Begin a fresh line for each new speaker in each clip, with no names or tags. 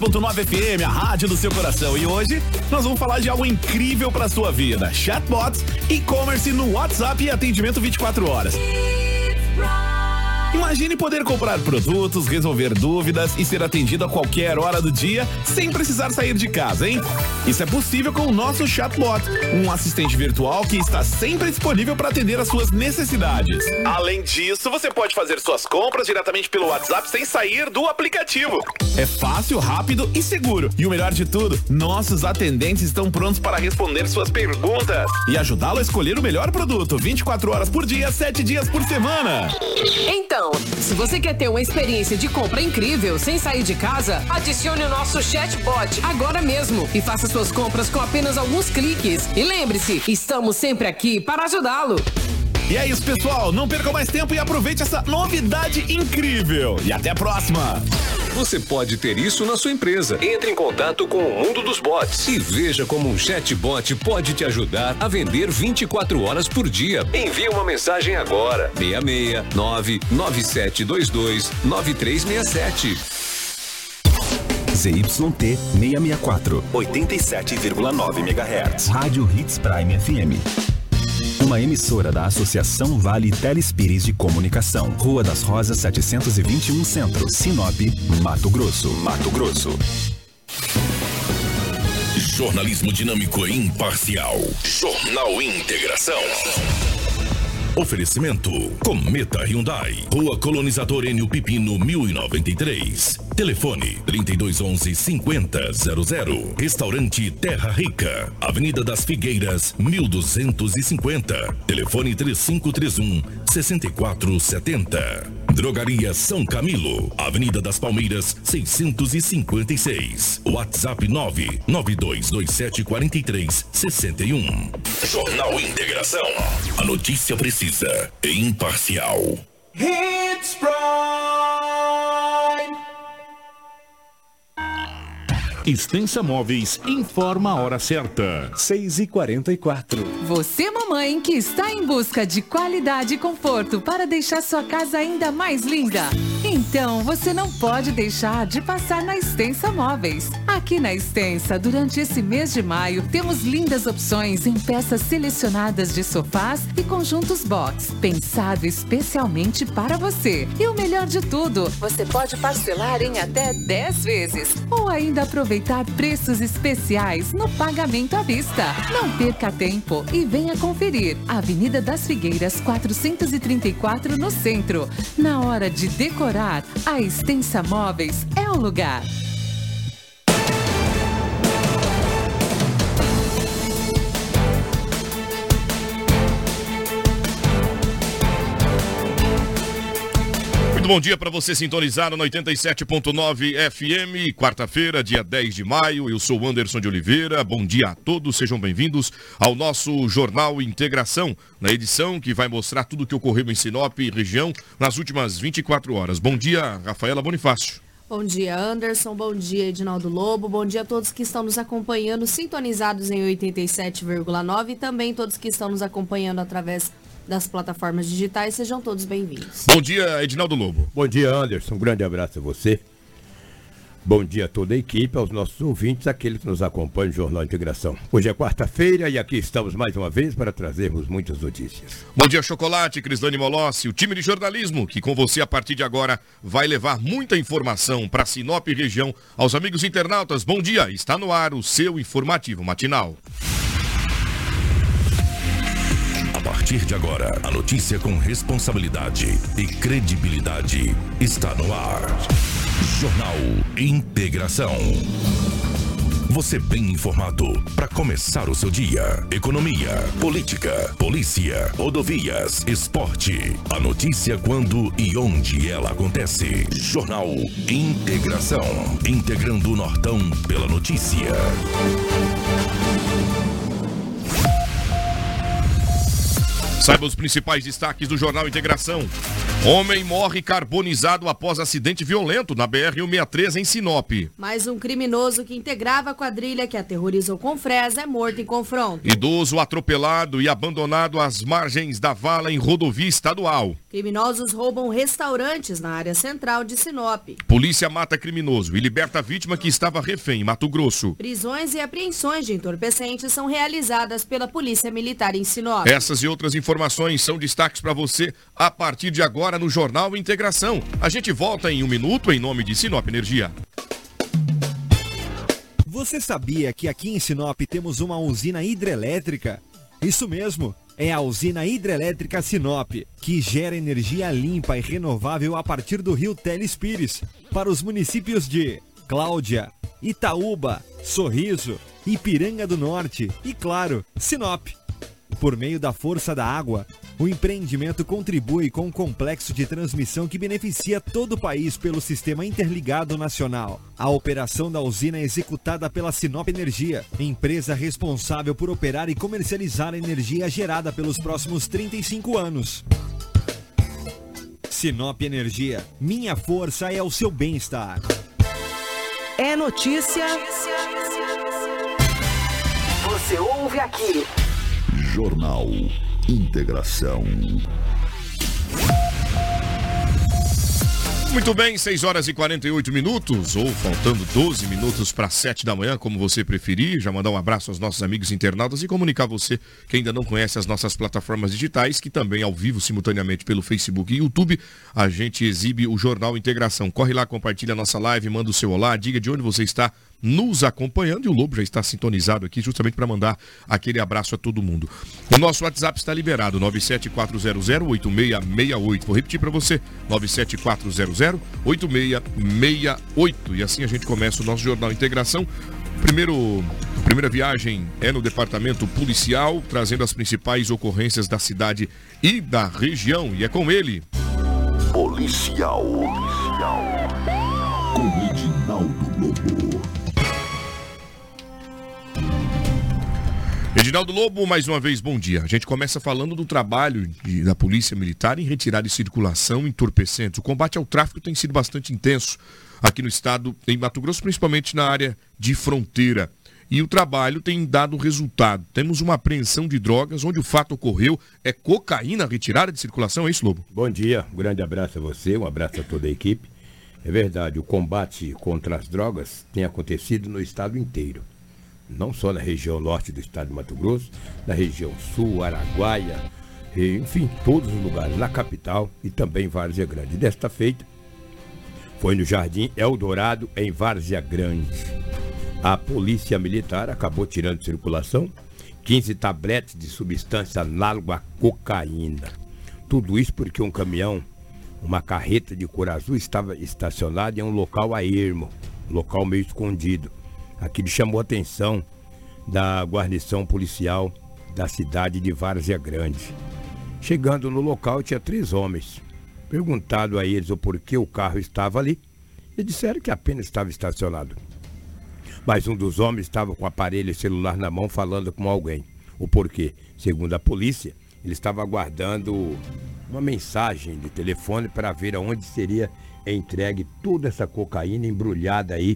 107.9 FM, a rádio do seu coração. E hoje nós vamos falar de algo incrível para sua vida: chatbots, e-commerce no WhatsApp e atendimento 24 horas. Imagine poder comprar produtos, resolver dúvidas e ser atendido a qualquer hora do dia sem precisar sair de casa, hein? Isso é possível com o nosso chatbot, um assistente virtual que está sempre disponível para atender às suas necessidades. Além disso, você pode fazer suas compras diretamente pelo WhatsApp sem sair do aplicativo. É fácil, rápido e seguro. E o melhor de tudo, nossos atendentes estão prontos para responder suas perguntas e ajudá-lo a escolher o melhor produto 24 horas por dia, 7 dias por semana.
Então, se você quer ter uma experiência de compra incrível sem sair de casa, adicione o nosso chatbot agora mesmo e faça suas compras com apenas alguns cliques. E lembre-se, estamos sempre aqui para ajudá-lo.
E é isso, pessoal. Não perca mais tempo e aproveite essa novidade incrível. E até a próxima.
Você pode ter isso na sua empresa. Entre em contato com o mundo dos bots e veja como um chatbot pode te ajudar a vender 24 horas por dia. Envie uma mensagem agora. 669-9722-9367.
ZYT 664, 87,9 MHz. Rádio Hits Prime FM. Uma emissora da Associação Vale Telespires de Comunicação. Rua das Rosas 721 Centro, Sinop, Mato Grosso. Mato Grosso.
Jornalismo dinâmico e imparcial. Jornal Integração. Oferecimento: Cometa Hyundai, Rua Colonizador Enio Pipino 1093. Telefone 3211-5000. Restaurante Terra Rica, Avenida das Figueiras 1250. Telefone 3531-6470. Drogaria São Camilo, Avenida das Palmeiras 656. WhatsApp 992274361. Jornal Integração. A notícia precisa e imparcial.
Hits Prime.
Extensa Móveis informa a hora certa.
6h44.
Você, mamãe, que está em busca de qualidade e conforto para deixar sua casa ainda mais linda. Então, você não pode deixar de passar na Extensa Móveis. Aqui na Extensa, durante esse mês de maio, temos lindas opções em peças selecionadas de sofás e conjuntos box, pensado especialmente para você. E o melhor de tudo, você pode parcelar em até 10 vezes ou ainda aproveitar preços especiais no pagamento à vista. Não perca tempo e venha conferir. Avenida das Figueiras 434 no centro. Na hora de decorar, a Extensa Móveis é o lugar.
Bom dia para você sintonizado no 87.9 FM, quarta-feira, dia 10 de maio. Eu sou Anderson de Oliveira. Bom dia a todos, sejam bem-vindos ao nosso Jornal Integração, na edição que vai mostrar tudo o que ocorreu em Sinop e região nas últimas 24 horas. Bom dia, Rafaela Bonifácio.
Bom dia, Anderson. Bom dia, Edinaldo Lobo. Bom dia a todos que estão nos acompanhando, sintonizados em 87,9 e também todos que estão nos acompanhando através das plataformas digitais. Sejam todos bem-vindos.
Bom dia, Edinaldo Lobo.
Bom dia, Anderson. Um grande abraço a você. Bom dia a toda a equipe, aos nossos ouvintes, aqueles que nos acompanham no Jornal Integração. Hoje é quarta-feira e aqui estamos mais uma vez para trazermos muitas notícias.
Bom dia, Chocolate, Crislane Molossi, o time de jornalismo que com você a partir de agora vai levar muita informação para Sinop e região. Aos amigos internautas, bom dia, está no ar o seu informativo matinal.
A partir de agora, a notícia com responsabilidade e credibilidade está no ar. Jornal Integração. Você bem informado para começar o seu dia. Economia, política, polícia, rodovias, esporte. A notícia quando e onde ela acontece. Jornal Integração. Integrando o Nortão pela notícia.
Saiba os principais destaques do Jornal Integração. Homem morre carbonizado após acidente violento na BR-163 em Sinop.
Mais um criminoso que integrava a quadrilha que aterrorizou Confresa é morto em confronto.
Idoso atropelado e abandonado às margens da vala em rodovia estadual.
Criminosos roubam restaurantes na área central de Sinop.
Polícia mata criminoso e liberta a vítima que estava refém em Mato Grosso.
Prisões e apreensões de entorpecentes são realizadas pela Polícia Militar em Sinop.
Essas e outras informações são destaques para você a partir de agora no Jornal Integração. A gente volta em 1 minuto em nome de Sinop Energia.
Você sabia que aqui em Sinop temos uma usina hidrelétrica? Isso mesmo, é a usina hidrelétrica Sinop, que gera energia limpa e renovável a partir do rio Telespires, para os municípios de Cláudia, Itaúba, Sorriso, Ipiranga do Norte e, claro, Sinop. Por meio da força da água, o empreendimento contribui com um complexo de transmissão que beneficia todo o país pelo Sistema Interligado Nacional. A operação da usina é executada pela Sinop Energia, empresa responsável por operar e comercializar a energia gerada pelos próximos 35 anos. Sinop Energia, minha força é o seu bem-estar.
É notícia. Você ouve aqui.
Jornal Integração.
Muito bem, 6 horas e 48 minutos, ou faltando 12 minutos para 7 da manhã, como você preferir. Já mandar um abraço aos nossos amigos internautas e comunicar você que ainda não conhece as nossas plataformas digitais, que também ao vivo, simultaneamente pelo Facebook e YouTube, a gente exibe o Jornal Integração. Corre lá, compartilha a nossa live, manda o seu olá, diga de onde você está nos acompanhando, e o Lobo já está sintonizado aqui justamente para mandar aquele abraço a todo mundo. O nosso WhatsApp está liberado, 974008668. Vou repetir para você, 974008668. E assim a gente começa o nosso Jornal Integração. A primeira viagem é no departamento policial, trazendo as principais ocorrências da cidade e da região. E é com ele.
Policial. Com Edinaldo Lobo.
Edinaldo Lobo, mais uma vez, bom dia. A gente começa falando do trabalho da Polícia Militar em retirar de circulação entorpecentes. O combate ao tráfico tem sido bastante intenso aqui no estado, em Mato Grosso, principalmente na área de fronteira. E o trabalho tem dado resultado. Temos uma apreensão de drogas, onde o fato ocorreu é cocaína retirada de circulação, é isso, Lobo?
Bom dia, um grande abraço a você, um abraço a toda a equipe. É verdade, o combate contra as drogas tem acontecido no estado inteiro. Não só na região norte do estado de Mato Grosso, na região sul, Araguaia, enfim, todos os lugares, na capital e também em Várzea Grande. Desta feita, foi no Jardim Eldorado, em Várzea Grande. A Polícia Militar acabou tirando de circulação 15 tabletes de substância análoga à cocaína. Tudo isso porque um caminhão, uma carreta de cor azul, estava estacionada em um local a ermo, um local meio escondido. Aquilo chamou a atenção da guarnição policial da cidade de Várzea Grande. Chegando no local, tinha 3 homens. Perguntado a eles o porquê o carro estava ali, eles disseram que apenas estava estacionado. Mas um dos homens estava com o aparelho celular na mão falando com alguém. O porquê? Segundo a polícia, ele estava aguardando uma mensagem de telefone para ver aonde seria entregue toda essa cocaína embrulhada aí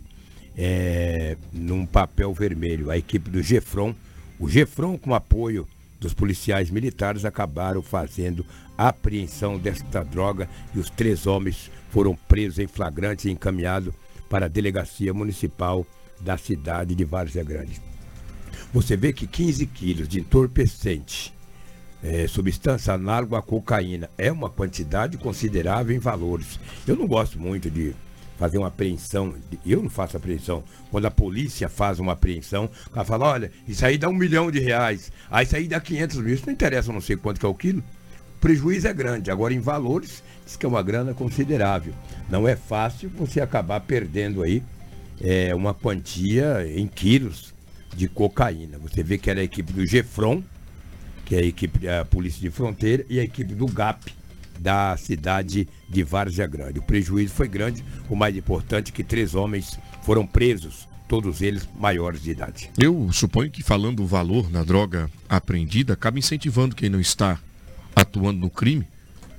num papel vermelho. A equipe do Gefron, o Gefron, com apoio dos policiais militares, acabaram fazendo a apreensão desta droga e os 3 homens foram presos em flagrante e encaminhados para a delegacia municipal da cidade de Várzea Grande. Você vê que 15 quilos de entorpecente, substância análoga à cocaína, é uma quantidade considerável em valores. Eu não gosto muito de fazer uma apreensão, eu não faço apreensão. Quando a polícia faz uma apreensão, ela fala, olha, isso aí dá R$1 milhão, aí isso aí dá 500 mil, isso não interessa, não sei quanto que é o quilo. O prejuízo é grande, agora em valores, diz que é uma grana considerável. Não é fácil você acabar perdendo aí uma quantia em quilos de cocaína. Você vê que era a equipe do Gefron, que é a equipe da Polícia de Fronteira, e a equipe do GAP, da cidade de Várzea Grande. O prejuízo foi grande, o mais importante é que 3 homens foram presos, todos eles maiores de idade.
Eu suponho que, falando o valor na droga apreendida, acaba incentivando quem não está atuando no crime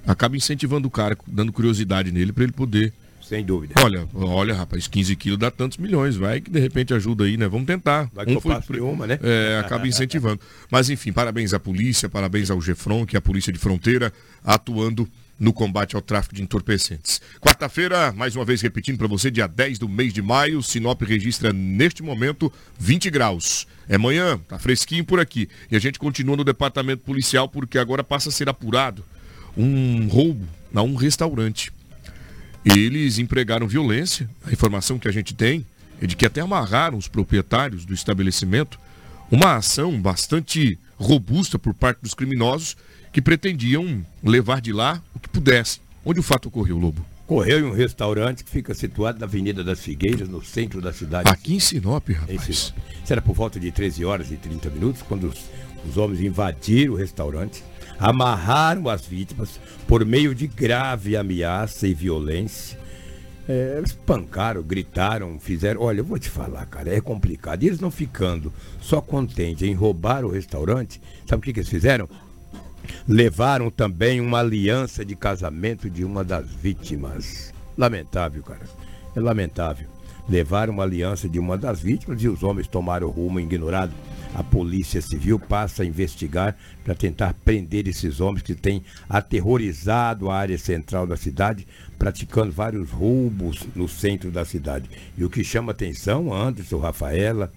acaba incentivando o cara, dando curiosidade nele para ele poder...
Sem dúvida.
Olha, rapaz, 15 quilos dá tantos milhões, vai que de repente ajuda aí, né? Vamos tentar.
Vai que eu passo de uma, né?
Acaba incentivando. Mas enfim, parabéns à polícia, parabéns ao GEFRON, que é a Polícia de Fronteira, atuando no combate ao tráfico de entorpecentes. Quarta-feira, mais uma vez repetindo para você, dia 10 do mês de maio, Sinop registra neste momento 20 graus. É manhã, tá fresquinho por aqui. E a gente continua no departamento policial porque agora passa a ser apurado um roubo a um restaurante. Eles empregaram violência, a informação que a gente tem é de que até amarraram os proprietários do estabelecimento, uma ação bastante robusta por parte dos criminosos que pretendiam levar de lá o que pudesse. Onde o fato ocorreu, Lobo?
Ocorreu em um restaurante que fica situado na Avenida das Figueiras, no centro da cidade.
Aqui em Sinop, rapaz.
Isso era por volta de 13 horas e 30 minutos, quando os homens invadiram o restaurante, amarraram as vítimas por meio de grave ameaça e violência. Eles pancaram, gritaram, fizeram... Olha, eu vou te falar, cara, é complicado. E eles não ficando só contentes em roubar o restaurante, sabe o que eles fizeram? Levaram também uma aliança de casamento de uma das vítimas. Lamentável, cara. É lamentável. Levaram uma aliança de uma das vítimas e os homens tomaram o rumo ignorado. A Polícia Civil passa a investigar para tentar prender esses homens que têm aterrorizado a área central da cidade, praticando vários roubos no centro da cidade. E o que chama atenção, Anderson, Rafael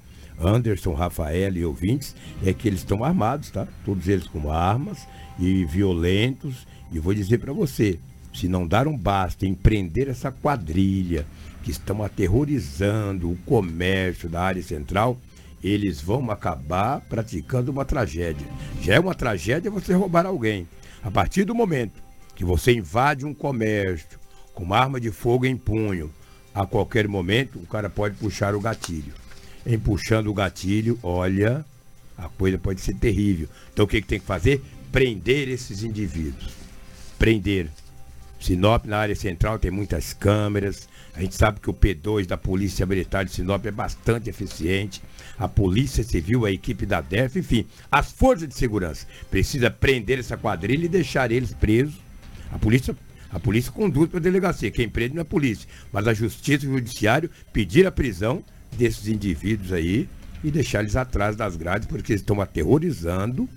e ouvintes, é que eles estão armados, tá? Todos eles com armas e violentos. E vou dizer para você, se não dar um basta em prender essa quadrilha que estão aterrorizando o comércio da área central, eles vão acabar praticando uma tragédia. Já é uma tragédia você roubar alguém. A partir do momento que você invade um comércio com uma arma de fogo em punho, a qualquer momento o cara pode puxar o gatilho. Em puxando o gatilho, olha, a coisa pode ser terrível. Então o que tem que fazer? Prender esses indivíduos. Prender. Sinop, na área central, tem muitas câmeras. A gente sabe que o P2 da Polícia Militar de Sinop é bastante eficiente. A Polícia Civil, a equipe da DERF, enfim, as forças de segurança precisa prender essa quadrilha e deixar eles presos. A polícia conduz para a delegacia. Quem prende não é a polícia, mas a Justiça e o Judiciário pedir a prisão desses indivíduos aí e deixar eles atrás das grades, porque eles estão aterrorizando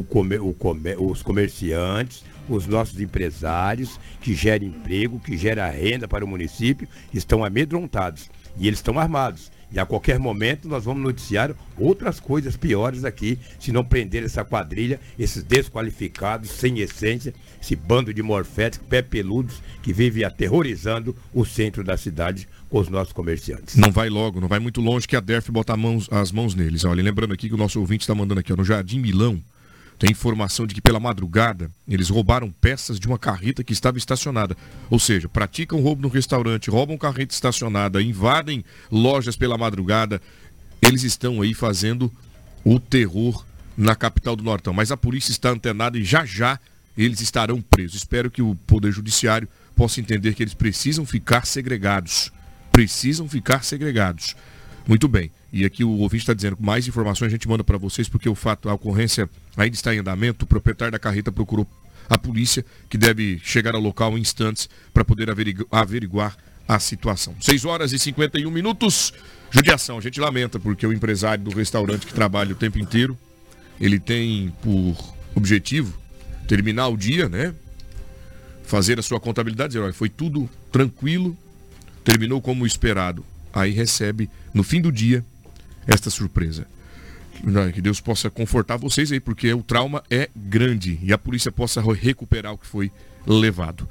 os comerciantes, os nossos empresários, que geram emprego, que geram renda para o município, estão amedrontados e eles estão armados. E a qualquer momento nós vamos noticiar outras coisas piores aqui, se não prender essa quadrilha, esses desqualificados, sem essência, esse bando de morféticos, pé peludos, que vive aterrorizando o centro da cidade com os nossos comerciantes.
Não vai logo, não vai muito longe que a DERF bota as mãos neles. Olha, lembrando aqui que o nosso ouvinte está mandando aqui, ó, no Jardim Milão, tem informação de que pela madrugada eles roubaram peças de uma carreta que estava estacionada. Ou seja, praticam roubo no restaurante, roubam carreta estacionada, invadem lojas pela madrugada. Eles estão aí fazendo o terror na capital do Nortão. Mas a polícia está antenada e já eles estarão presos. Espero que o Poder Judiciário possa entender que eles precisam ficar segregados. Precisam ficar segregados. Muito bem. E aqui o ouvinte está dizendo que mais informações a gente manda para vocês, porque a ocorrência ainda está em andamento. O proprietário da carreta procurou a polícia, que deve chegar ao local em instantes para poder averiguar a situação. 6 horas e 51 minutos. Judiação, a gente lamenta, porque o empresário do restaurante que trabalha o tempo inteiro, ele tem por objetivo terminar o dia, né? Fazer a sua contabilidade, dizer, olha, foi tudo tranquilo, terminou como esperado. Aí recebe, no fim do dia, esta surpresa. Que Deus possa confortar vocês aí, porque o trauma é grande e a polícia possa recuperar o que foi levado.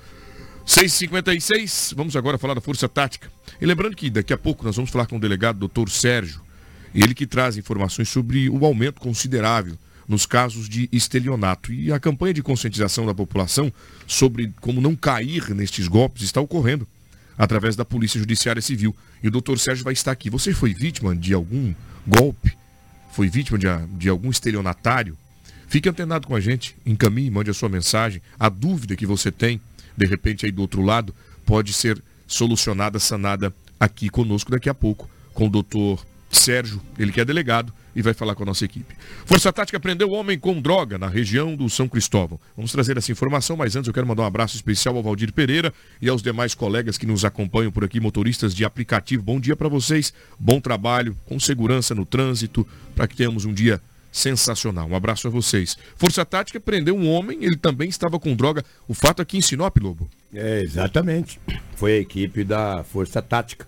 6h56, vamos agora falar da Força Tática. E lembrando que daqui a pouco nós vamos falar com o delegado Dr. Sérgio, ele que traz informações sobre o aumento considerável nos casos de estelionato. E a campanha de conscientização da população sobre como não cair nestes golpes está ocorrendo através da Polícia Judiciária Civil. E o Dr. Sérgio vai estar aqui. Você foi vítima de algum golpe? Foi vítima de algum estelionatário? Fique antenado com a gente, encaminhe, mande a sua mensagem. A dúvida que você tem, de repente aí do outro lado, pode ser solucionada, sanada aqui conosco daqui a pouco, com o Dr. Sérgio, ele que é delegado e vai falar com a nossa equipe. Força Tática prendeu homem com droga na região do São Cristóvão. Vamos trazer essa informação, mas antes eu quero mandar um abraço especial ao Valdir Pereira e aos demais colegas que nos acompanham por aqui, motoristas de aplicativo. Bom dia para vocês, bom trabalho, com segurança no trânsito, para que tenhamos um dia sensacional. Um abraço a vocês. Força Tática prendeu um homem, ele também estava com droga. O fato aqui em Sinop, Lobo?
Exatamente. Foi a equipe da Força Tática.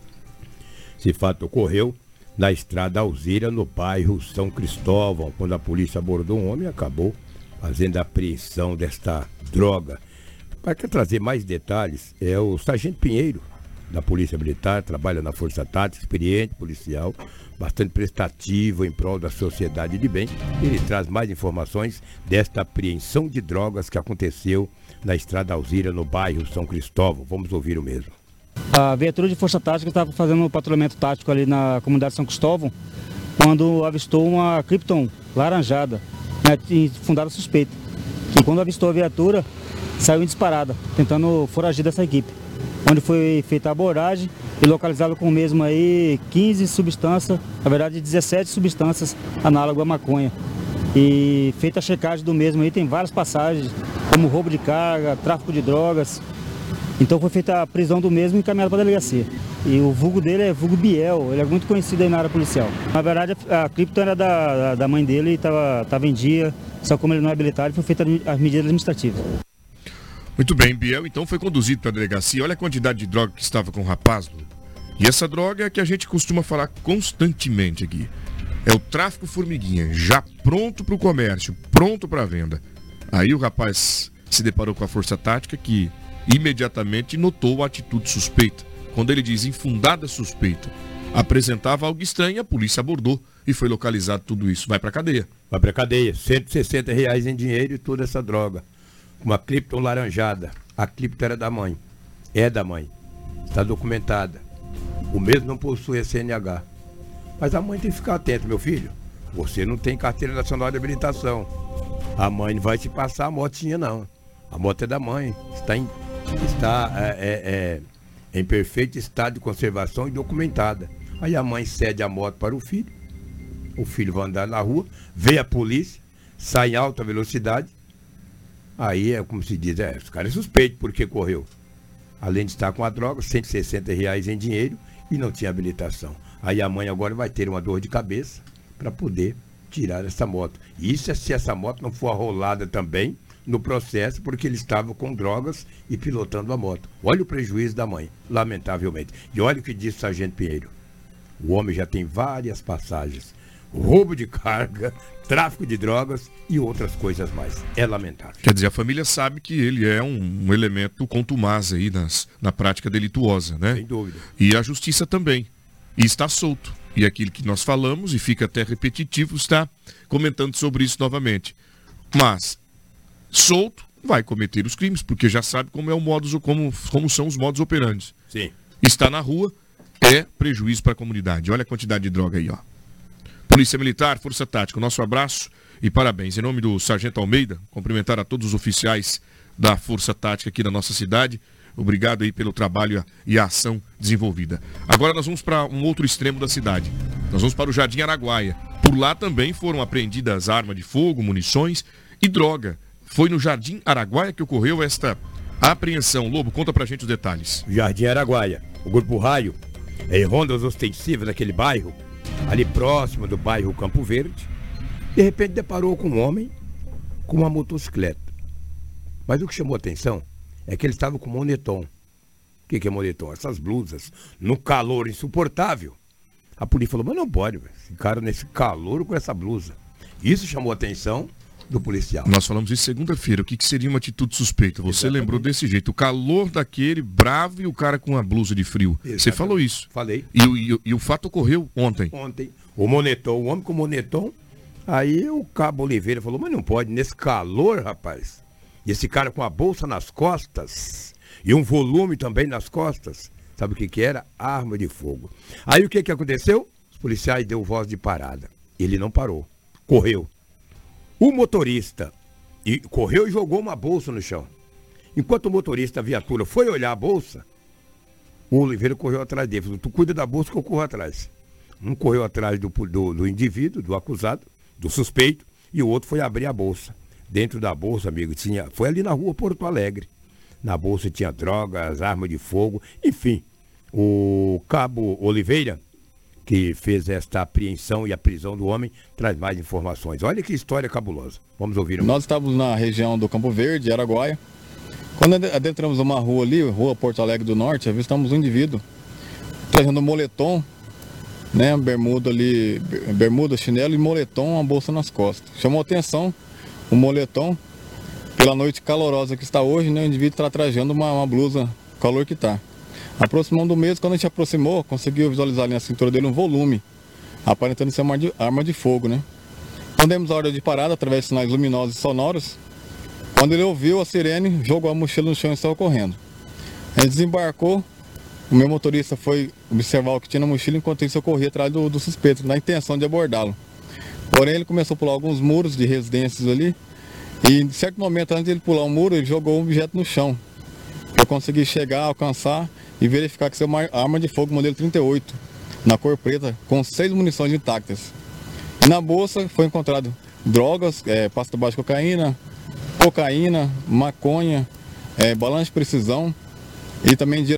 Esse fato ocorreu na estrada Alzira, no bairro São Cristóvão, quando a polícia abordou um homem e acabou fazendo a apreensão desta droga. Para trazer mais detalhes, é o Sargento Pinheiro, da Polícia Militar, trabalha na Força Tática, experiente policial, bastante prestativo em prol da sociedade de bem. Ele traz mais informações desta apreensão de drogas que aconteceu na estrada Alzira, no bairro São Cristóvão. Vamos ouvir o mesmo.
A viatura de Força Tática estava fazendo um patrulhamento tático ali na comunidade São Cristóvão, quando avistou uma Krypton laranjada, né, fundada suspeita. E quando avistou a viatura, saiu em disparada, tentando foragir dessa equipe. Onde foi feita a abordagem e localizado com o mesmo aí 15 substâncias, na verdade 17 substâncias análogas à maconha. E feita a checagem do mesmo aí, tem várias passagens, como roubo de carga, tráfico de drogas. Então foi feita a prisão do mesmo e encaminhado para a delegacia. E o vulgo dele é vulgo Biel, ele é muito conhecido aí na área policial. Na verdade, a Krypton era da mãe dele e estava em dia, só como ele não é habilitado, foi feita as medidas administrativas.
Muito bem, Biel então foi conduzido para a delegacia. Olha a quantidade de droga que estava com o rapaz. E essa droga é que a gente costuma falar constantemente aqui. É o tráfico formiguinha, já pronto para o comércio, pronto para a venda. Aí o rapaz se deparou com a Força Tática que imediatamente notou a atitude suspeita. Quando ele diz infundada suspeita, apresentava algo estranho, a polícia abordou e foi localizado tudo isso. Vai pra cadeia.
Vai pra cadeia. R$160 em dinheiro e toda essa droga. Uma Krypton laranjada. A Krypton era da mãe. É da mãe. Está documentada. O mesmo não possui a CNH. Mas a mãe tem que ficar atenta, meu filho. Você não tem carteira nacional de habilitação. A mãe não vai te passar a motinha, não. A moto é da mãe. Está em perfeito estado de conservação e documentada. Aí a mãe cede a moto para o filho vai andar na rua, vê a polícia, sai em alta velocidade, aí é como se diz, os caras suspeitam porque correu. Além de estar com a droga, R$160 em dinheiro e não tinha habilitação. Aí a mãe agora vai ter uma dor de cabeça para poder tirar essa moto. Isso é se essa moto não for arrolada também no processo, porque ele estava com drogas e pilotando a moto. Olha o prejuízo da mãe, lamentavelmente. E olha o que disse o Sargento Pinheiro. O homem já tem várias passagens. Roubo de carga, tráfico de drogas e outras coisas mais. É lamentável.
Quer dizer, a família sabe que ele é um elemento contumaz aí na prática delituosa, né?
Sem dúvida.
E a justiça também. E está solto. E aquilo que nós falamos, e fica até repetitivo, está comentando sobre isso novamente. Mas solto, vai cometer os crimes, porque já sabe como é o modus, como são os modus operandi.
Sim.
Está na rua, é prejuízo para a comunidade. Olha a quantidade de droga aí, ó. Polícia Militar, Força Tática, nosso abraço e parabéns. Em nome do Sargento Almeida, cumprimentar a todos os oficiais da Força Tática aqui da nossa cidade. Obrigado aí pelo trabalho e a ação desenvolvida. Agora nós vamos para um outro extremo da cidade. Nós vamos para o Jardim Araguaia. Por lá também foram apreendidas armas de fogo, munições e droga. Foi no Jardim Araguaia que ocorreu esta apreensão. Lobo, conta pra gente os detalhes.
Jardim Araguaia. O Grupo Raio, em rondas ostensivas naquele bairro, ali próximo do bairro Campo Verde, de repente deparou com um homem com uma motocicleta. Mas o que chamou a atenção é que ele estava com moletom. O que é moletom? Essas blusas, no calor insuportável. A polícia falou, mas não pode, esse cara nesse calor com essa blusa. Isso chamou a atenção do policial.
Nós falamos isso segunda-feira, o que seria uma atitude suspeita? Você lembrou desse jeito, o calor daquele bravo e o cara com a blusa de frio. Exatamente. Você falou isso.
Falei.
E o fato ocorreu ontem.
Ontem. O homem com moletom, aí o Cabo Oliveira falou, mas não pode, nesse calor, rapaz. E esse cara com a bolsa nas costas e um volume também nas costas, sabe o que era? Arma de fogo. Aí o que aconteceu? Os policiais deu voz de parada. Ele não parou, correu. O motorista correu e jogou uma bolsa no chão. Enquanto o motorista, a viatura, foi olhar a bolsa, o Oliveira correu atrás dele. Falou, tu cuida da bolsa que eu corro atrás. Um correu atrás do indivíduo, do acusado, do suspeito, e o outro foi abrir a bolsa. Dentro da bolsa, amigo, foi ali na rua Porto Alegre. Na bolsa tinha drogas, arma de fogo, enfim. O cabo Oliveira, que fez esta apreensão e a prisão do homem, traz mais informações. Olha que história cabulosa. Vamos ouvir.
Nós estávamos na região do Campo Verde, Araguaia. Quando adentramos uma rua ali, rua Porto Alegre do Norte, avistamos um indivíduo trazendo um moletom, né, bermuda, chinelo e moletom, uma bolsa nas costas. Chamou atenção o moletom, pela noite calorosa que está hoje, né, o indivíduo está trajando uma blusa, calor que está. Aproximando do mesmo, quando a gente aproximou, conseguiu visualizar ali na cintura dele um volume, aparentando ser uma arma de fogo, né. Quando demos a ordem de parada, através de sinais luminosos e sonoros, quando ele ouviu a sirene, jogou a mochila no chão e saiu correndo. A gente desembarcou, o meu motorista foi observar o que tinha na mochila, enquanto isso eu corri atrás do suspeito, na intenção de abordá-lo. Porém, ele começou a pular alguns muros de residências ali, e em certo momento, antes de ele pular um muro, ele jogou um objeto no chão. Eu consegui chegar, alcançar e verificar que isso é uma arma de fogo modelo 38, na cor preta, com 6 munições intactas. E na bolsa foi encontrado drogas, pasta base de cocaína, maconha, balança de precisão e também dinheiro.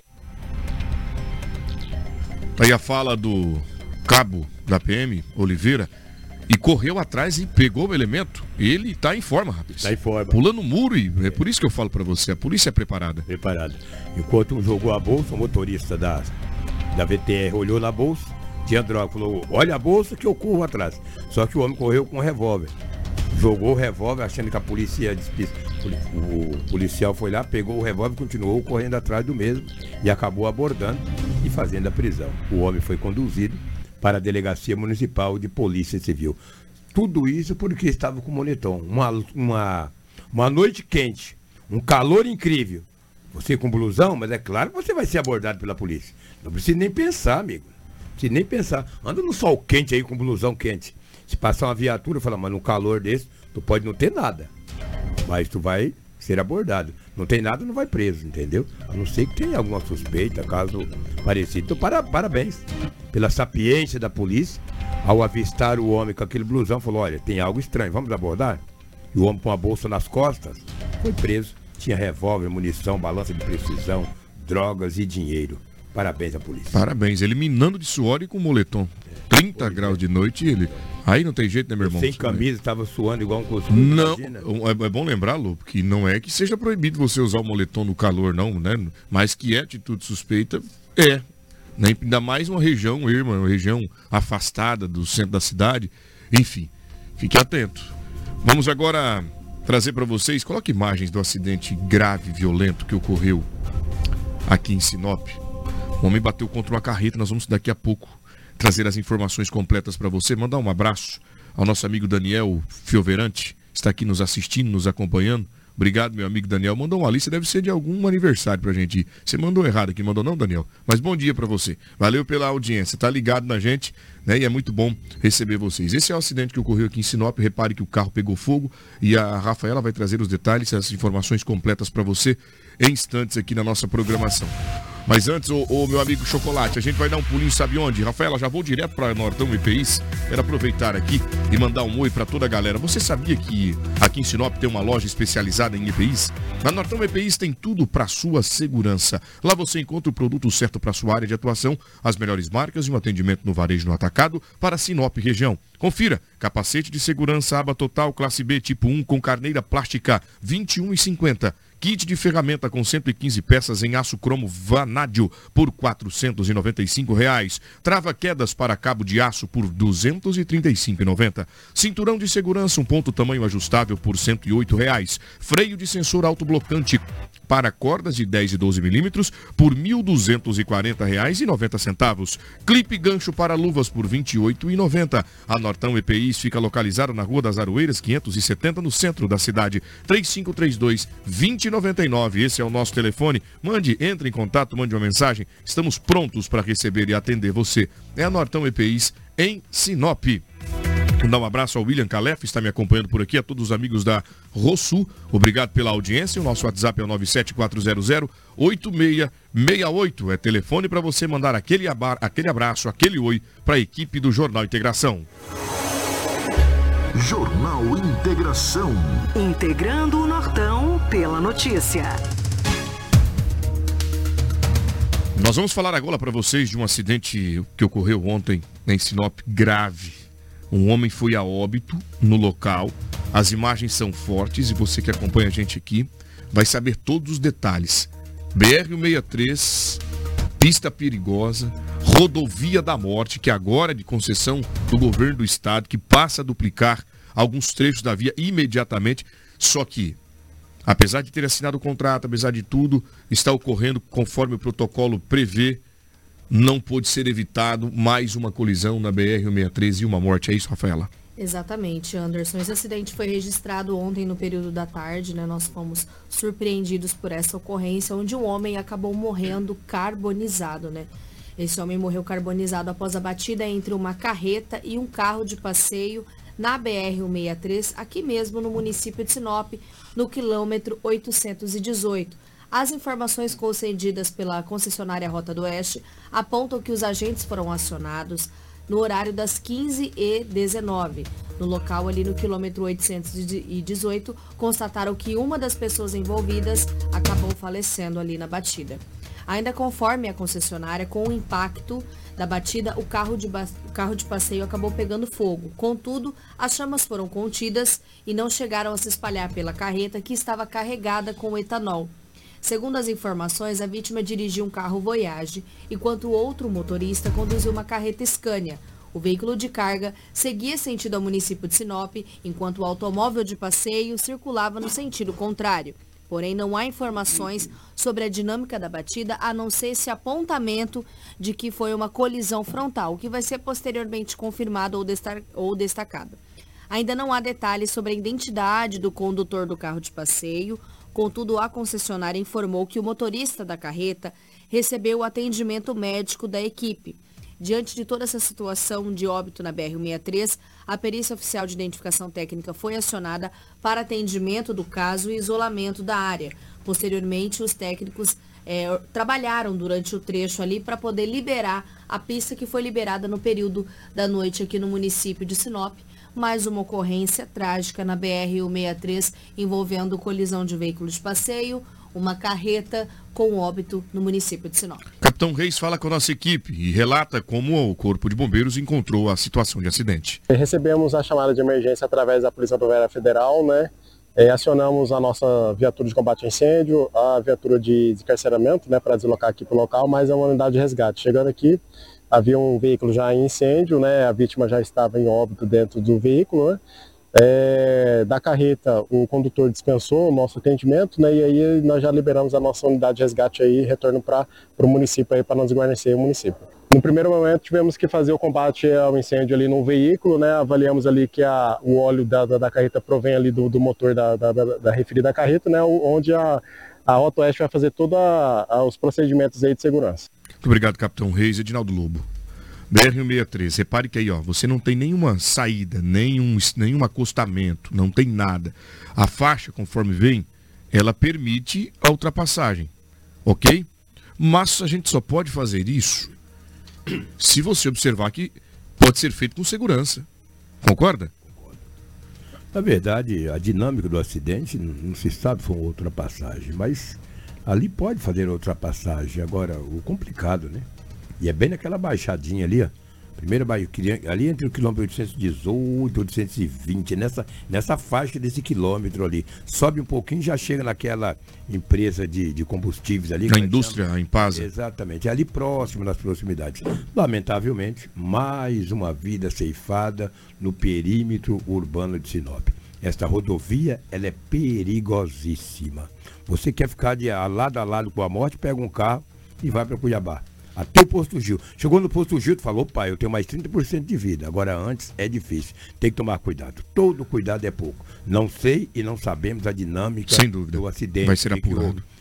Aí a fala do cabo da PM, Oliveira, e correu atrás e pegou o elemento. Ele tá em forma, rapaz.
Tá em forma.
Pulando o muro, e é por isso que eu falo pra você, a polícia é preparada.
Preparada. Enquanto um jogou a bolsa, o motorista da VTR olhou na bolsa, tinha droga, falou, olha a bolsa que eu corro atrás. Só que o homem correu com um revólver. Jogou o revólver achando que a polícia ia despistar. O policial foi lá, pegou o revólver e continuou correndo atrás do mesmo e acabou abordando e fazendo a prisão. O homem foi conduzido para a Delegacia Municipal de Polícia Civil. Tudo isso porque estava com moletom. Uma noite quente, um calor incrível. Você com blusão, mas é claro que você vai ser abordado pela polícia. Não precisa nem pensar, amigo. Não precisa nem pensar. Anda no sol quente aí com blusão quente. Se passar uma viatura, fala, mas num calor desse, tu pode não ter nada. Mas tu vai ser abordado. Não tem nada, não vai preso, entendeu? A não ser que tenha alguma suspeita, caso parecido. Então, parabéns pela sapiência da polícia. Ao avistar o homem com aquele blusão, falou, olha, tem algo estranho, vamos abordar? E o homem com a bolsa nas costas foi preso. Tinha revólver, munição, balança de precisão, drogas e dinheiro. Parabéns à polícia.
Parabéns, eliminando de suor e com moletom. 30 graus de noite, ele... Aí não tem jeito, né, meu irmão?
Sem camisa, estava suando igual um costume.
Não, é bom lembrar, Lu, que não é que seja proibido você usar o moletom no calor, não, né? Mas que é atitude suspeita, é. Né? Ainda mais uma região uma região afastada do centro da cidade. Enfim, fique atento. Vamos agora trazer para vocês, coloque imagens do acidente grave, violento que ocorreu aqui em Sinop. O homem bateu contra uma carreta, nós vamos daqui a pouco trazer as informações completas para você. Mandar um abraço ao nosso amigo Daniel Fioverante, está aqui nos assistindo, nos acompanhando. Obrigado, meu amigo Daniel. Mandou uma lista, deve ser de algum aniversário pra gente ir. Você mandou errado aqui, mandou não, Daniel? Mas bom dia para você. Valeu pela audiência, tá ligado na gente, né? E é muito bom receber vocês. Esse é o acidente que ocorreu aqui em Sinop. Repare que o carro pegou fogo e a Rafaela vai trazer os detalhes, as informações completas para você em instantes aqui na nossa programação. Mas antes, o meu amigo Chocolate, a gente vai dar um pulinho, sabe onde? Rafaela, já vou direto para Nortão EPIs. Quero aproveitar aqui e mandar um oi para toda a galera. Você sabia que aqui em Sinop tem uma loja especializada em EPIs? Na Nortão EPIs tem tudo para sua segurança. Lá você encontra o produto certo para sua área de atuação, as melhores marcas e um atendimento no varejo no atacado para Sinop região. Confira, capacete de segurança aba total classe B tipo 1 com carneira plástica R$ 21,50. Kit de ferramenta com 115 peças em aço cromo vanádio por R$ 495. Trava quedas para cabo de aço por R$ 235,90. Cinturão de segurança, um ponto tamanho ajustável por R$ 108. Freio de sensor autoblocante para cordas de 10 e 12 milímetros por R$ 1.240,90. Clipe gancho para luvas por R$ 28,90. A Nortão EPIs fica localizada na Rua das Aroeiras, 570, no centro da cidade. 3532-2099. Esse é o nosso telefone. Entre em contato, mande uma mensagem. Estamos prontos para receber e atender você. É a Nortão EPIs em Sinop. Mandar um abraço ao William Calef, está me acompanhando por aqui, a todos os amigos da Rosul. Obrigado pela audiência. O nosso WhatsApp é o 97400-8668. É telefone para você mandar aquele abraço, aquele oi para a equipe do Jornal Integração.
Jornal Integração.
Integrando o Nortão pela notícia.
Nós vamos falar agora para vocês de um acidente que ocorreu ontem em Sinop, grave. Um homem foi a óbito no local. As imagens são fortes e você que acompanha a gente aqui vai saber todos os detalhes. BR-163, pista perigosa, rodovia da morte, que agora é de concessão do governo do estado, que passa a duplicar alguns trechos da via imediatamente. Só que, apesar de ter assinado o contrato, apesar de tudo, está ocorrendo conforme o protocolo prevê. Não pôde ser evitado mais uma colisão na BR-163 e uma morte. É isso, Rafaela?
Exatamente, Anderson. Esse acidente foi registrado ontem no período da tarde, né? Nós fomos surpreendidos por essa ocorrência, onde um homem acabou morrendo carbonizado, né? Esse homem morreu carbonizado após a batida entre uma carreta e um carro de passeio na BR-163, aqui mesmo no município de Sinop, no quilômetro 818. As informações concedidas pela concessionária Rota do Oeste apontam que os agentes foram acionados no horário das 15h19. No local, ali no quilômetro 818, constataram que uma das pessoas envolvidas acabou falecendo ali na batida. Ainda conforme a concessionária, com o impacto da batida, o carro de passeio acabou pegando fogo. Contudo, as chamas foram contidas e não chegaram a se espalhar pela carreta, que estava carregada com etanol. Segundo as informações, a vítima dirigiu um carro Voyage, enquanto o outro motorista conduziu uma carreta Scania. O veículo de carga seguia sentido ao município de Sinop, enquanto o automóvel de passeio circulava no sentido contrário. Porém, não há informações sobre a dinâmica da batida, a não ser esse apontamento de que foi uma colisão frontal, o que vai ser posteriormente confirmado ou destacado. Ainda não há detalhes sobre a identidade do condutor do carro de passeio. Contudo, a concessionária informou que o motorista da carreta recebeu o atendimento médico da equipe. Diante de toda essa situação de óbito na BR-163, a perícia oficial de identificação técnica foi acionada para atendimento do caso e isolamento da área. Posteriormente, os técnicos trabalharam durante o trecho ali para poder liberar a pista que foi liberada no período da noite aqui no município de Sinop. Mais uma ocorrência trágica na BR-163 envolvendo colisão de veículos de passeio, uma carreta com óbito no município de Sinop.
Capitão Reis fala com a nossa equipe e relata como o Corpo de Bombeiros encontrou a situação de acidente.
Recebemos a chamada de emergência através da Polícia Rodoviária Federal, né? Acionamos a nossa viatura de combate a incêndio, a viatura de descarceramento, né, para deslocar aqui para o local, mas é uma unidade de resgate. Chegando aqui, havia um veículo já em incêndio, né? A vítima já estava em óbito dentro do veículo, né? Da carreta, o condutor dispensou o nosso atendimento, né? E aí nós já liberamos a nossa unidade de resgate aí, retorno para o município aí, para não desguarnecer o município. No primeiro momento tivemos que fazer o combate ao incêndio ali no veículo, né? Avaliamos ali que o óleo da carreta provém ali do motor da referida carreta, né? Onde a Rota Oeste vai fazer todos os procedimentos aí de segurança.
Muito obrigado, Capitão Reis. Edinaldo Lobo. BR-163, repare que aí, ó, você não tem nenhuma saída, nenhum acostamento, não tem nada. A faixa, conforme vem, ela permite a ultrapassagem, ok? Mas a gente só pode fazer isso se você observar que pode ser feito com segurança. Concorda?
Na verdade, a dinâmica do acidente não se sabe se foi uma ultrapassagem, mas ali pode fazer ultrapassagem. Agora, o complicado, né? E é bem naquela baixadinha ali, ó. Primeira ali entre o quilômetro 818 e 820, nessa faixa desse quilômetro ali. Sobe um pouquinho e já chega naquela empresa de combustíveis ali.
Na indústria, a Impasa.
Exatamente, ali próximo, nas proximidades. Lamentavelmente, mais uma vida ceifada no perímetro urbano de Sinop. Esta rodovia, ela é perigosíssima. Você quer ficar de lado a lado com a morte, pega um carro e vai para Cuiabá. Até o Posto Gil. Chegou no Posto Gil, tu falou, pai, eu tenho mais 30% de vida. Agora antes é difícil. Tem que tomar cuidado. Todo cuidado é pouco. Não sei e não sabemos a dinâmica
sem dúvida
do acidente.
Vai ser apurado.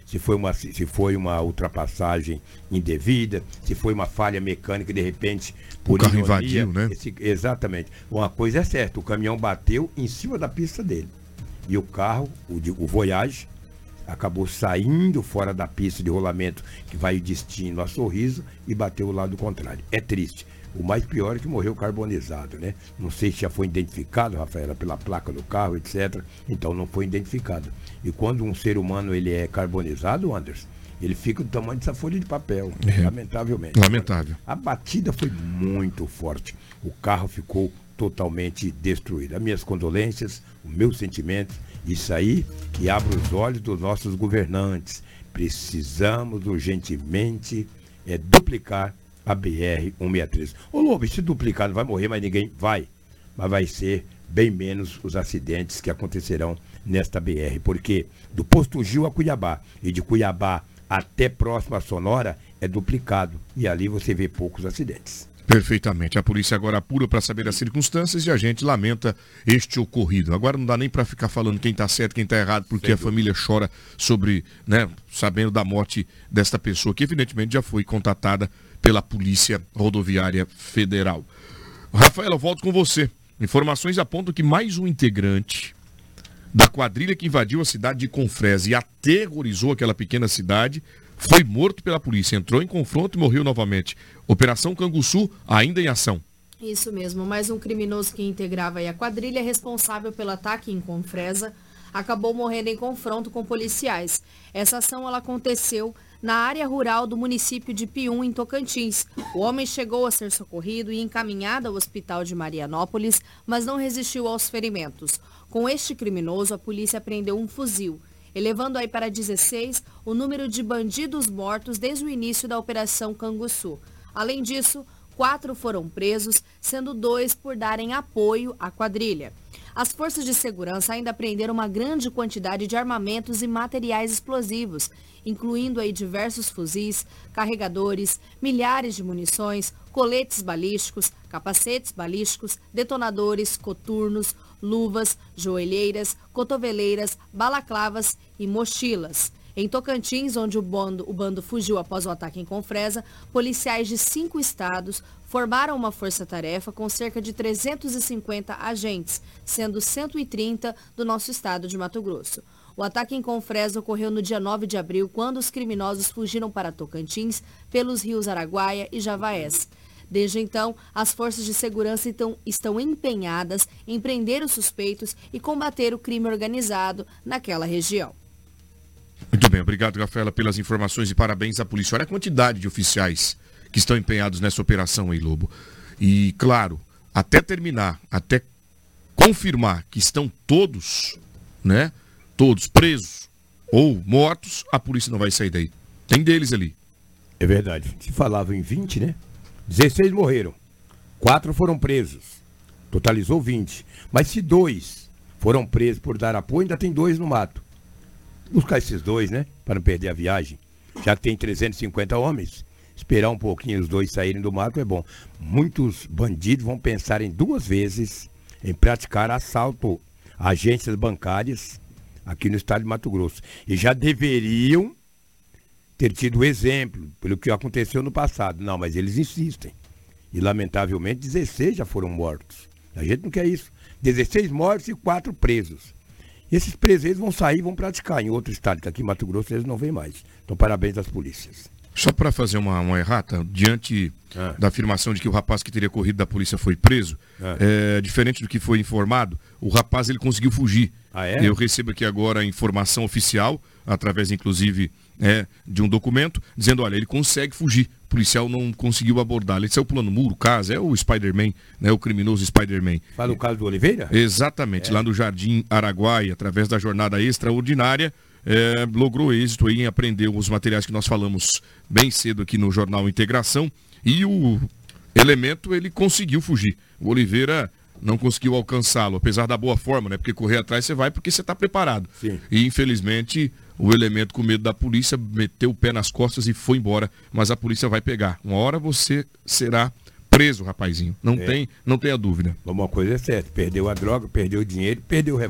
se foi uma ultrapassagem indevida, se foi uma falha mecânica, de repente, por
o carro
ironia,
invadiu, né?
Exatamente. Uma coisa é certa, o caminhão bateu em cima da pista dele. E o carro, o Voyage, acabou saindo fora da pista de rolamento que vai o destino a Sorriso e bateu o lado contrário. É triste. O mais pior é que morreu carbonizado, né? Não sei se já foi identificado, Rafaela, pela placa do carro, etc. Então não foi identificado. E quando um ser humano ele é carbonizado, Anderson, ele fica do tamanho dessa folha de papel, lamentavelmente.
Lamentável.
A batida foi muito forte. O carro ficou totalmente destruído. As minhas condolências, o meu sentimento, isso aí que abre os olhos dos nossos governantes. Precisamos urgentemente duplicar a BR-163. Ô Lobo, se duplicar não vai morrer mais ninguém? Vai. Mas vai ser bem menos os acidentes que acontecerão nesta BR. Porque do Posto Gil a Cuiabá e de Cuiabá até próximo a Sonora é duplicado. E ali você vê poucos acidentes.
Perfeitamente. A polícia agora apura para saber as circunstâncias e a gente lamenta este ocorrido. Agora não dá nem para ficar falando quem está certo, quem está errado, porque a família chora sobre, né, sabendo da morte desta pessoa, que evidentemente já foi contatada pela Polícia Rodoviária Federal. Rafael, eu volto com você. Informações apontam que mais um integrante da quadrilha que invadiu a cidade de Confresa e aterrorizou aquela pequena cidade foi morto pela polícia, entrou em confronto e morreu novamente. Operação Canguçu ainda em ação.
Isso mesmo, mais um criminoso que integrava a quadrilha responsável pelo ataque em Confresa acabou morrendo em confronto com policiais. Essa ação ela aconteceu na área rural do município de Pium, em Tocantins. O homem chegou a ser socorrido e encaminhado ao hospital de Marianópolis, mas não resistiu aos ferimentos. Com este criminoso, a polícia apreendeu um fuzil, elevando aí para 16 o número de bandidos mortos desde o início da Operação Canguçu. Além disso, 4 foram presos, sendo 2 por darem apoio à quadrilha. As forças de segurança ainda apreenderam uma grande quantidade de armamentos e materiais explosivos, incluindo aí diversos fuzis, carregadores, milhares de munições, coletes balísticos, capacetes balísticos, detonadores, coturnos, luvas, joelheiras, cotoveleiras, balaclavas e mochilas. Em Tocantins, onde o bando fugiu após o ataque em Confresa, policiais de 5 estados formaram uma força-tarefa com cerca de 350 agentes, sendo 130 do nosso estado de Mato Grosso. O ataque em Confresa ocorreu no dia 9 de abril, quando os criminosos fugiram para Tocantins pelos rios Araguaia e Javaés. Desde então, as forças de segurança estão empenhadas em prender os suspeitos e combater o crime organizado naquela região.
Muito bem, obrigado, Rafaela, pelas informações e parabéns à polícia. Olha a quantidade de oficiais que estão empenhados nessa operação aí, Lobo. E, claro, até terminar, até confirmar que estão todos, né, todos presos ou mortos, a polícia não vai sair daí. Tem deles ali.
É verdade. Se falava em 20, né? 16 morreram. 4 foram presos. Totalizou 20. Mas se 2 foram presos por dar apoio, ainda tem 2 no mato. Buscar esses 2, né? Para não perder a viagem. Já que tem 350 homens, esperar um pouquinho os 2 saírem do mato é bom. Muitos bandidos vão pensar em 2 vezes em praticar assalto a agências bancárias aqui no estado de Mato Grosso. E já deveriam ter tido exemplo pelo que aconteceu no passado. Não, mas eles insistem. E lamentavelmente 16 já foram mortos. A gente não quer isso. 16 mortos e 4 presos. Esses presos vão sair e vão praticar em outro estado, que aqui em Mato Grosso eles não vêm mais. Então, parabéns às polícias.
Só para fazer uma errata, diante da afirmação de que o rapaz que teria corrido da polícia foi preso, diferente do que foi informado, o rapaz ele conseguiu fugir.
Ah, é?
Eu recebo aqui agora a informação oficial, através inclusive de um documento, dizendo, olha, ele consegue fugir. O policial não conseguiu abordá-lo. Ele saiu pulando muro, caso, é o Spider-Man, né, o criminoso Spider-Man.
Fala o caso do Oliveira?
Exatamente, lá no Jardim Araguaia, através da jornada extraordinária, logrou êxito em apreender os materiais que nós falamos bem cedo aqui no Jornal Integração, e o elemento ele conseguiu fugir. O Oliveira não conseguiu alcançá-lo, apesar da boa forma, né? Porque correr atrás você vai porque você está preparado.
Sim.
E infelizmente o elemento, com medo da polícia, meteu o pé nas costas e foi embora. Mas a polícia vai pegar. Uma hora você será preso, rapazinho. Não tenha dúvida.
Uma coisa é certa, perdeu a droga, perdeu o dinheiro, perdeu o revólver.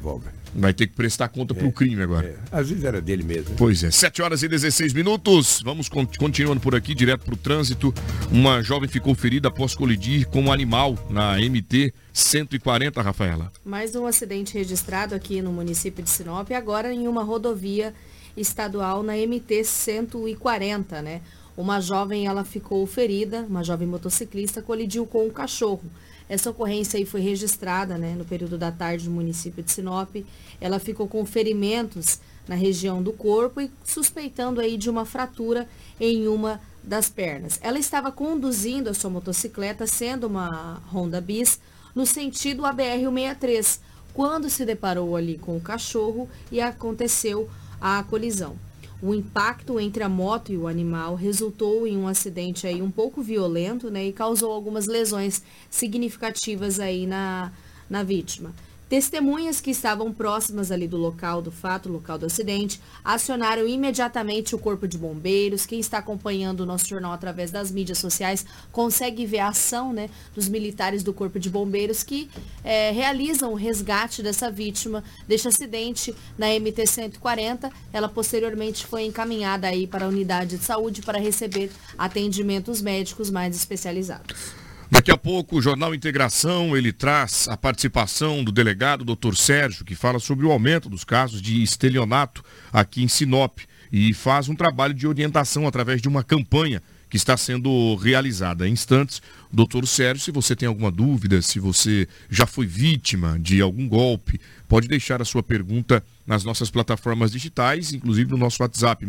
Vai ter que prestar conta pro crime agora.
Às vezes era dele mesmo.
Pois é, 7h16. Vamos continuando por aqui, direto pro trânsito. Uma jovem ficou ferida após colidir com um animal na MT 140, Rafaela.
Mais um acidente registrado aqui no município de Sinop, agora em uma rodovia estadual na MT 140, né? Uma jovem, ela ficou ferida, uma jovem motociclista colidiu com um cachorro. Essa ocorrência aí foi registrada, né, no período da tarde no município de Sinop. Ela ficou com ferimentos na região do corpo e suspeitando aí de uma fratura em uma das pernas. Ela estava conduzindo a sua motocicleta, sendo uma Honda Bis, no sentido ABR-163, quando se deparou ali com o cachorro e aconteceu a colisão. O impacto entre a moto e o animal resultou em um acidente aí um pouco violento, né, e causou algumas lesões significativas aí na vítima. Testemunhas que estavam próximas ali do local do fato, local do acidente, acionaram imediatamente o Corpo de Bombeiros. Quem está acompanhando o nosso jornal através das mídias sociais consegue ver a ação, né, dos militares do Corpo de Bombeiros que realizam o resgate dessa vítima, deste acidente na MT 140. Ela posteriormente foi encaminhada aí para a unidade de saúde para receber atendimentos médicos mais especializados.
Daqui a pouco o Jornal Integração, ele traz a participação do delegado Dr. Sérgio, que fala sobre o aumento dos casos de estelionato aqui em Sinop e faz um trabalho de orientação através de uma campanha que está sendo realizada. Em instantes, doutor Sérgio, se você tem alguma dúvida, se você já foi vítima de algum golpe, pode deixar a sua pergunta nas nossas plataformas digitais, inclusive no nosso WhatsApp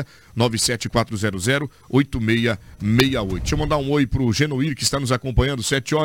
66-97400-8668. Deixa eu mandar um oi para o Genoir, que está nos acompanhando,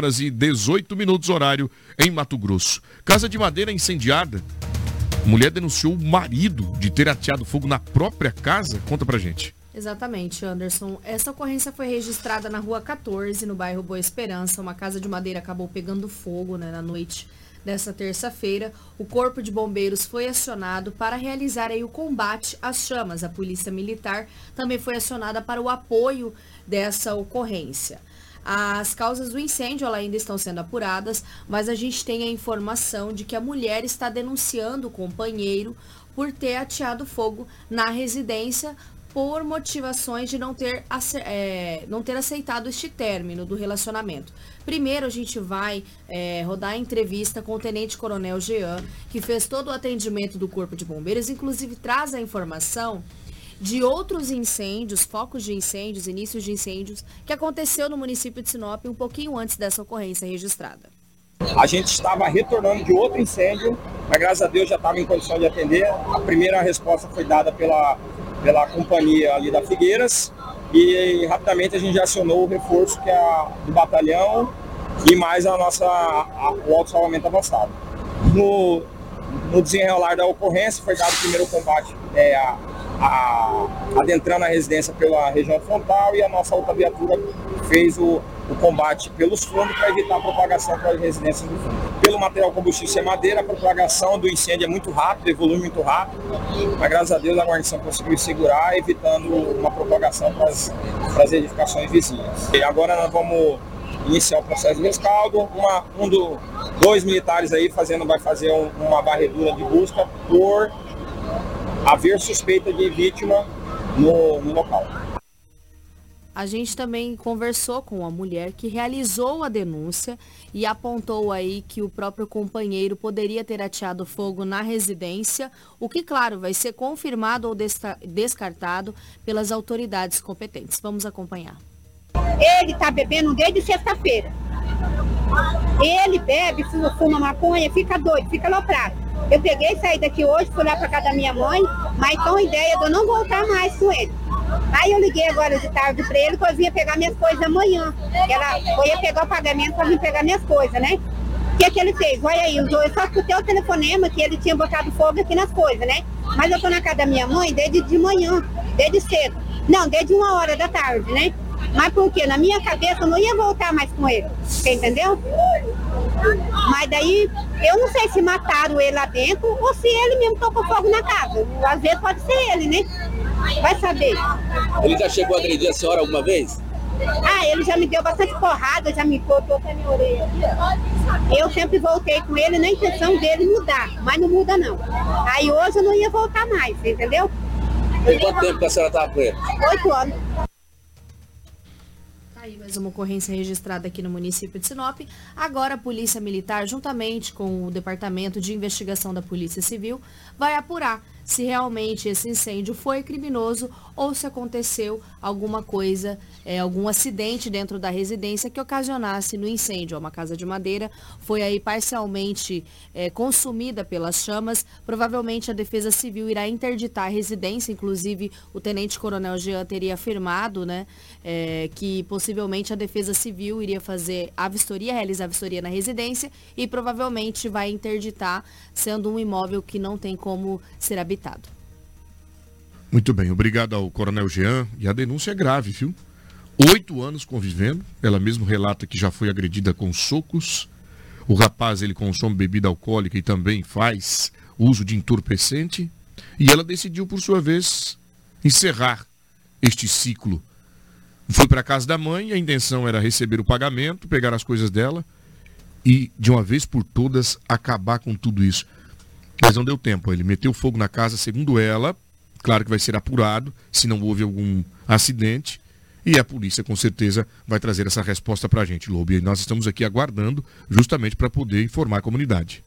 7h18, horário em Mato Grosso. Casa de madeira incendiada. Mulher denunciou o marido de ter ateado fogo na própria casa. Conta pra gente.
Exatamente, Anderson. Essa ocorrência foi registrada na Rua 14, no bairro Boa Esperança. Uma casa de madeira acabou pegando fogo, né, na noite dessa terça-feira. O Corpo de Bombeiros foi acionado para realizar aí o combate às chamas. A Polícia Militar também foi acionada para o apoio dessa ocorrência. As causas do incêndio ainda estão sendo apuradas, mas a gente tem a informação de que a mulher está denunciando o companheiro por ter ateado fogo na residência por motivações de não ter aceitado este término do relacionamento. Primeiro, a gente vai rodar a entrevista com o Tenente Coronel Jean, que fez todo o atendimento do Corpo de Bombeiros, inclusive traz a informação de outros incêndios, focos de incêndios, inícios de incêndios, que aconteceu no município de Sinop um pouquinho antes dessa ocorrência registrada.
A gente estava retornando de outro incêndio, mas graças a Deus já estava em condição de atender. A primeira resposta foi dada pela companhia ali da Figueiras e rapidamente a gente já acionou o reforço que é do batalhão e mais o auto-salvamento avançado. No desenrolar da ocorrência foi dado o primeiro combate adentrando a residência pela região frontal e a nossa outra viatura fez o combate pelos fundos para evitar a propagação para as residências do fundo. Pelo material combustível ser madeira, a propagação do incêndio é muito rápido, evolui muito rápido, mas graças a Deus a guarnição conseguiu segurar, evitando uma propagação para as edificações vizinhas. E agora nós vamos iniciar o processo de rescaldo, dois militares aí vai fazer uma varredura de busca por haver suspeita de vítima no local.
A gente também conversou com a mulher que realizou a denúncia e apontou aí que o próprio companheiro poderia ter ateado fogo na residência, o que, claro, vai ser confirmado ou descartado pelas autoridades competentes. Vamos acompanhar.
Ele está bebendo desde sexta-feira. Ele bebe, fuma maconha, fica doido, fica aloprado. Eu peguei e saí daqui hoje, fui lá para casa da minha mãe, mas com a ideia de eu não voltar mais com ele. Aí eu liguei agora de tarde para ele que eu vinha pegar minhas coisas amanhã. Eu ia pegar o pagamento para vir pegar minhas coisas, né? O que ele fez? Olha aí, eu só escutei o telefonema que ele tinha botado fogo aqui nas coisas, né? Mas eu tô na casa da minha mãe desde de manhã, desde cedo. Não, desde 1h da tarde, né? Mas por quê? Na minha cabeça eu não ia voltar mais com ele, você entendeu? Mas daí, eu não sei se mataram ele lá dentro ou se ele mesmo tocou fogo na casa. Às vezes pode ser ele, né? Vai saber.
Ele já chegou a agredir a senhora alguma vez?
Ele já me deu bastante porrada, já me cortou até minha orelha aqui. Eu sempre voltei com ele na intenção dele mudar, mas não muda não. Aí hoje eu não ia voltar mais, entendeu?
E quanto tempo que a senhora estava com ele?
8 anos.
Aí mais uma ocorrência registrada aqui no município de Sinop. Agora a Polícia Militar, juntamente com o Departamento de Investigação da Polícia Civil, vai apurar se realmente esse incêndio foi criminoso ou se aconteceu alguma coisa, algum acidente dentro da residência que ocasionasse no incêndio. Uma casa de madeira foi aí parcialmente consumida pelas chamas. Provavelmente a Defesa Civil irá interditar a residência, inclusive o Tenente Coronel Jean teria afirmado, né, que possivelmente a Defesa Civil iria fazer realizar a vistoria na residência e provavelmente vai interditar, sendo um imóvel que não tem como ser habitado.
Muito bem, obrigado ao Coronel Jean. E a denúncia é grave, viu? 8 anos convivendo, ela mesmo relata que já foi agredida com socos. O rapaz, ele consome bebida alcoólica e também faz uso de entorpecente. E ela decidiu, por sua vez, encerrar este ciclo. Foi para a casa da mãe, a intenção era receber o pagamento, pegar as coisas dela e, de uma vez por todas, acabar com tudo isso. Mas não deu tempo, ele meteu fogo na casa, segundo ela, claro que vai ser apurado, se não houve algum acidente, e a polícia com certeza vai trazer essa resposta pra gente, Lobo. E nós estamos aqui aguardando justamente para poder informar a comunidade.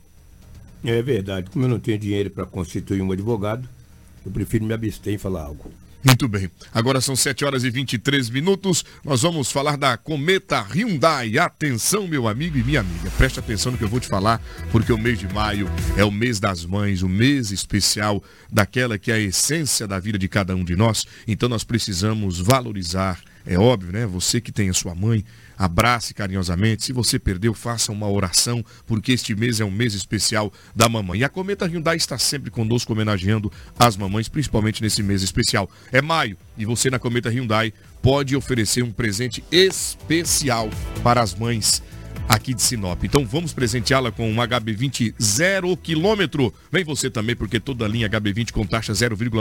É verdade, como eu não tenho dinheiro para constituir um advogado, eu prefiro me abster em falar algo.
Muito bem, agora são 7 horas e 23 minutos, nós vamos falar da Cometa Hyundai. Atenção, meu amigo e minha amiga, preste atenção no que eu vou te falar, porque o mês de maio é o mês das mães, o mês especial daquela que é a essência da vida de cada um de nós. Então nós precisamos valorizar, é óbvio, né? Você que tem a sua mãe, abrace carinhosamente. Se você perdeu, faça uma oração, porque este mês é um mês especial da mamãe. E a Cometa Hyundai está sempre conosco homenageando as mamães, principalmente nesse mês especial. É maio e você na Cometa Hyundai pode oferecer um presente especial para as mães aqui de Sinop. Então vamos presenteá-la com um HB20 0 km. Vem você também, porque toda a linha HB20 com taxa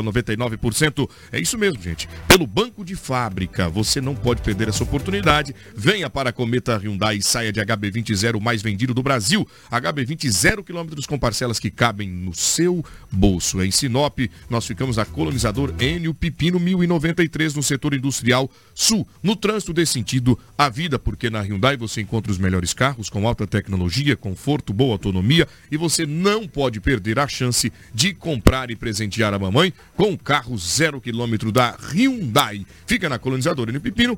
0,99%. É isso mesmo, gente. Pelo banco de fábrica, você não pode perder essa oportunidade. Venha para a Cometa Hyundai e saia de HB20 0 mais vendido do Brasil. HB20 0 km com parcelas que cabem no seu bolso. Em Sinop, nós ficamos na Colonizador Enio Pipino 1093, no setor industrial sul. No trânsito desse sentido, a vida, porque na Hyundai você encontra os melhores carros com alta tecnologia, conforto, boa autonomia, e você não pode perder a chance de comprar e presentear a mamãe com o carro 0 km da Hyundai. Fica na Colonizadora no Pepino,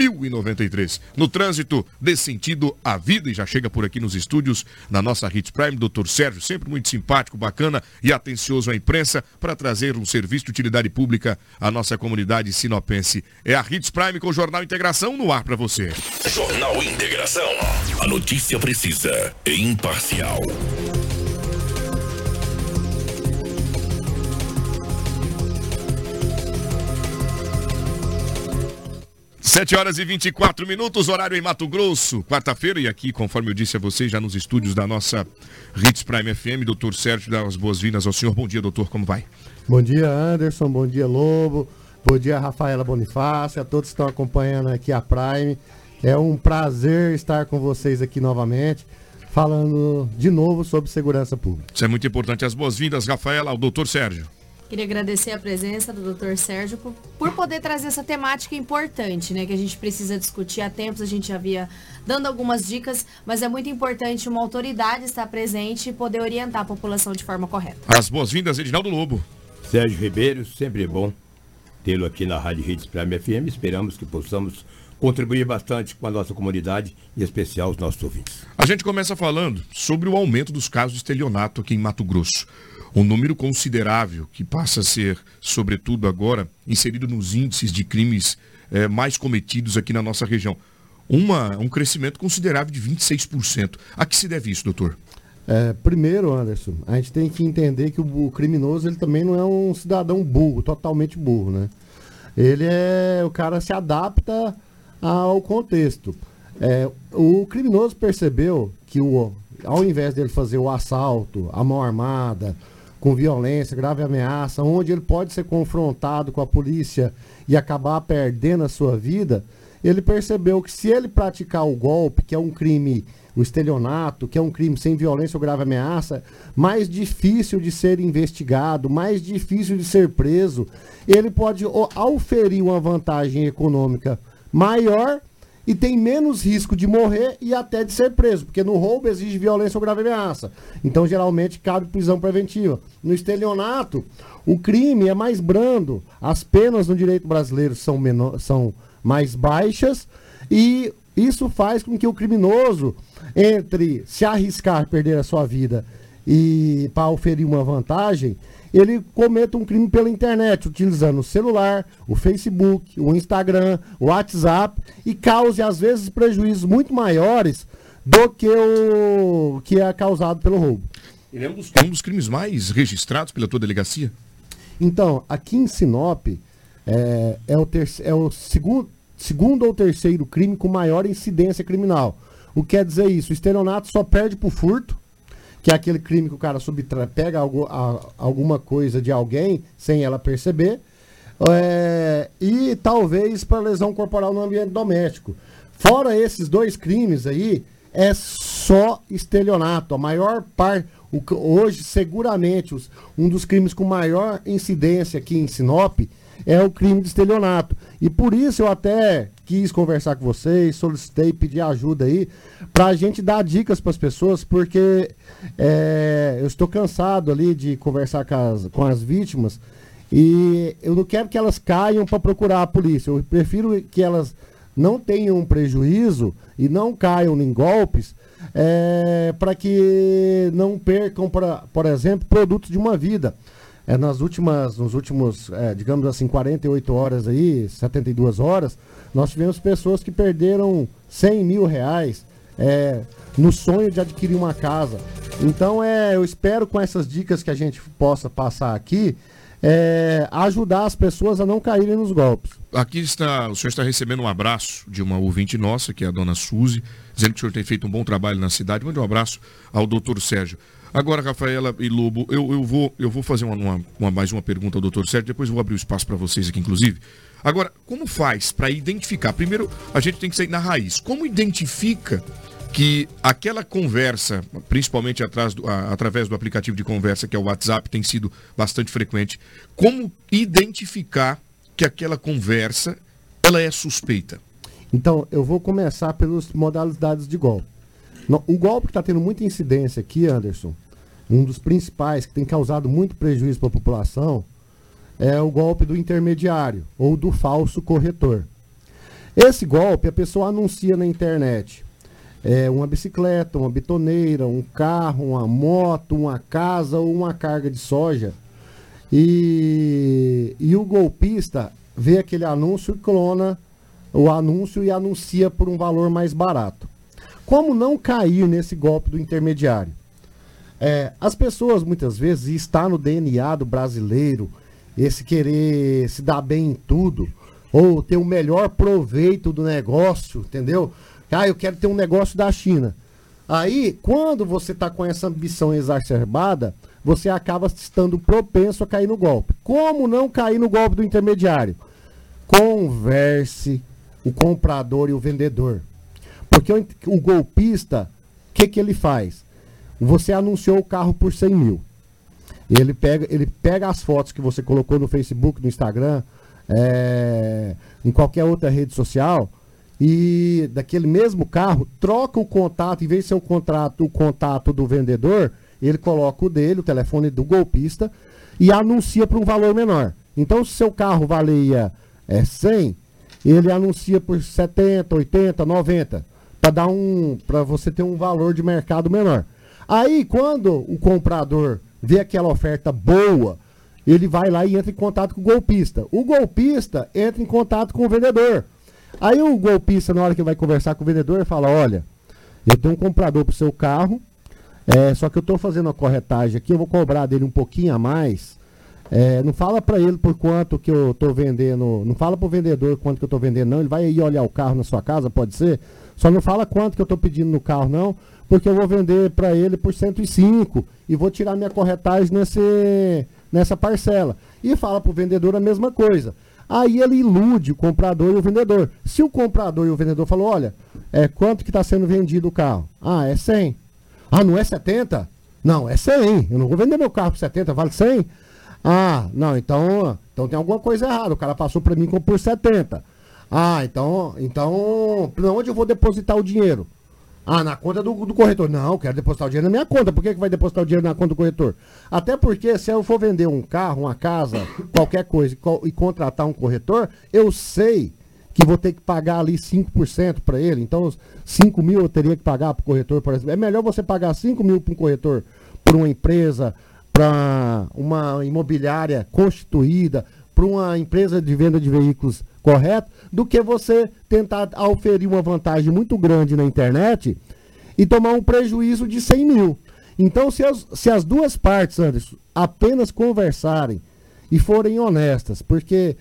1093. No trânsito, dê sentido à vida, e já chega por aqui nos estúdios, na nossa Hits Prime, Dr. Sérgio, sempre muito simpático, bacana e atencioso à imprensa, para trazer um serviço de utilidade pública à nossa comunidade sinopense. É a Hits Prime com o Jornal Integração no ar para você.
Jornal Integração. A notícia precisa e imparcial.
Sete horas e 24 minutos, horário em Mato Grosso, quarta-feira, e aqui, conforme eu disse a vocês, já nos estúdios da nossa Hits Prime FM, doutor Sérgio, dá as boas-vindas ao senhor. Bom dia, doutor, como vai?
Bom dia, Anderson, bom dia, Lobo, bom dia, Rafaela Bonifácio, a todos que estão acompanhando aqui a Prime. É um prazer estar com vocês aqui novamente, falando de novo sobre segurança pública.
Isso é muito importante. As boas-vindas, Rafaela, ao doutor Sérgio.
Queria agradecer a presença do Dr. Sérgio por poder trazer essa temática importante, né? Que a gente precisa discutir há tempos, a gente já havia dando algumas dicas, mas é muito importante uma autoridade estar presente e poder orientar a população de forma correta.
As boas-vindas, Edinaldo Lobo.
Sérgio Ribeiro, sempre é bom tê-lo aqui na Rádio Hits Prime FM. Esperamos que possamos contribuir bastante com a nossa comunidade, em especial os nossos ouvintes.
A gente começa falando sobre o aumento dos casos de estelionato aqui em Mato Grosso. Um número considerável que passa a ser, sobretudo agora, inserido nos índices de crimes mais cometidos aqui na nossa região. Um crescimento considerável de 26%. A que se deve isso, doutor?
Primeiro, Anderson, a gente tem que entender que o criminoso ele também não é um cidadão burro, totalmente burro, né? O cara se adapta ao contexto. O criminoso percebeu que ao invés dele fazer o assalto, a mão armada, com violência, grave ameaça, onde ele pode ser confrontado com a polícia e acabar perdendo a sua vida, ele percebeu que se ele praticar o golpe, que é um crime, o estelionato, que é um crime sem violência ou grave ameaça, mais difícil de ser investigado, mais difícil de ser preso, ele pode auferir uma vantagem econômica maior e tem menos risco de morrer e até de ser preso, porque no roubo exige violência ou grave ameaça. Então, geralmente, cabe prisão preventiva. No estelionato, o crime é mais brando, as penas no direito brasileiro são mais baixas e isso faz com que o criminoso, entre se arriscar perder a sua vida e para oferir uma vantagem, ele cometa um crime pela internet, utilizando o celular, o Facebook, o Instagram, o WhatsApp, e cause, às vezes, prejuízos muito maiores do que o que é causado pelo roubo.
Ele é um dos crimes mais registrados pela tua delegacia?
Então, aqui em Sinop, é o segundo ou terceiro crime com maior incidência criminal. O que quer dizer isso? O estelionato só perde pro furto, que é aquele crime que o cara pega alguma coisa de alguém sem ela perceber, e talvez para lesão corporal no ambiente doméstico. Fora esses dois crimes aí, é só estelionato. A maior parte, hoje seguramente, um dos crimes com maior incidência aqui em Sinop é o crime de estelionato. E por isso eu até quis conversar com vocês, solicitei, pedir ajuda aí, pra gente dar dicas para as pessoas, porque eu estou cansado ali de conversar com as vítimas e eu não quero que elas caiam para procurar a polícia. Eu prefiro que elas não tenham um prejuízo e não caiam em golpes, para que não percam, por exemplo, produtos de uma vida. Nos últimos, digamos assim, 48 horas aí, 72 horas, nós tivemos pessoas que perderam 100 mil reais no sonho de adquirir uma casa. Então, eu espero com essas dicas que a gente possa passar aqui, ajudar as pessoas a não caírem nos golpes.
Aqui o senhor está recebendo um abraço de uma ouvinte nossa, que é a dona Suzy, dizendo que o senhor tem feito um bom trabalho na cidade. Mande um abraço ao doutor Sérgio. Agora, Rafaela e Lobo, eu vou fazer mais uma pergunta ao doutor Sérgio, depois eu vou abrir o espaço para vocês aqui, inclusive. Agora, como faz para identificar? Primeiro, a gente tem que sair na raiz. Como identifica que aquela conversa, principalmente através do aplicativo de conversa, que é o WhatsApp, tem sido bastante frequente, como identificar que aquela conversa ela é suspeita?
Então, eu vou começar pelas modalidades de golpe. O golpe que está tendo muita incidência aqui, Anderson, um dos principais que tem causado muito prejuízo para a população, é o golpe do intermediário ou do falso corretor. Esse golpe a pessoa anuncia na internet uma bicicleta, uma bitoneira, um carro, uma moto, uma casa ou uma carga de soja. E o golpista vê aquele anúncio e clona o anúncio e anuncia por um valor mais barato. Como não cair nesse golpe do intermediário? As pessoas muitas vezes, e está no DNA do brasileiro, esse querer se dar bem em tudo, ou ter o melhor proveito do negócio, entendeu? Eu quero ter um negócio da China. Aí, quando você está com essa ambição exacerbada, você acaba estando propenso a cair no golpe. Como não cair no golpe do intermediário? Converse o comprador e o vendedor. Porque o golpista, o que ele faz? Você anunciou o carro por 100 mil. Ele pega as fotos que você colocou no Facebook, no Instagram, em qualquer outra rede social, e daquele mesmo carro, troca o contato, em vez de ser o contato do vendedor, ele coloca o dele, o telefone do golpista, e anuncia por um valor menor. Então, se seu carro valia 100, ele anuncia por 70, 80, 90, para você ter um valor de mercado menor. Aí, quando o comprador vê aquela oferta boa, ele vai lá e entra em contato com o golpista. O golpista entra em contato com o vendedor. Aí o golpista, na hora que vai conversar com o vendedor, fala: olha, eu tenho um comprador para o seu carro, só que eu estou fazendo a corretagem aqui, eu vou cobrar dele um pouquinho a mais. Não fala para ele por quanto que eu estou vendendo, não fala para o vendedor quanto que eu estou vendendo, não. Ele vai ir olhar o carro na sua casa, pode ser. Só não fala quanto que eu estou pedindo no carro, não, porque eu vou vender para ele por 105 e vou tirar minha corretagem nessa parcela. E fala para o vendedor a mesma coisa. Aí ele ilude o comprador e o vendedor. Se o comprador e o vendedor falou, olha, quanto que está sendo vendido o carro? Ah, é 100. Ah, não é 70? Não, é 100. Eu não vou vender meu carro por 70, vale 100? Ah, não, então tem alguma coisa errada. O cara passou para mim por 70. Ah, então, para onde eu vou depositar o dinheiro? Ah, na conta do corretor. Não, eu quero depositar o dinheiro na minha conta. Por que vai depositar o dinheiro na conta do corretor? Até porque se eu for vender um carro, uma casa, qualquer coisa e contratar um corretor, eu sei que vou ter que pagar ali 5% para ele. Então, 5 mil eu teria que pagar para o corretor, por exemplo. É melhor você pagar 5 mil para um corretor, para uma empresa, para uma imobiliária constituída, para uma empresa de venda de veículos correto, do que você tentar oferir uma vantagem muito grande na internet e tomar um prejuízo de 100 mil. Então, se as duas partes, Anderson, apenas conversarem e forem honestas, porque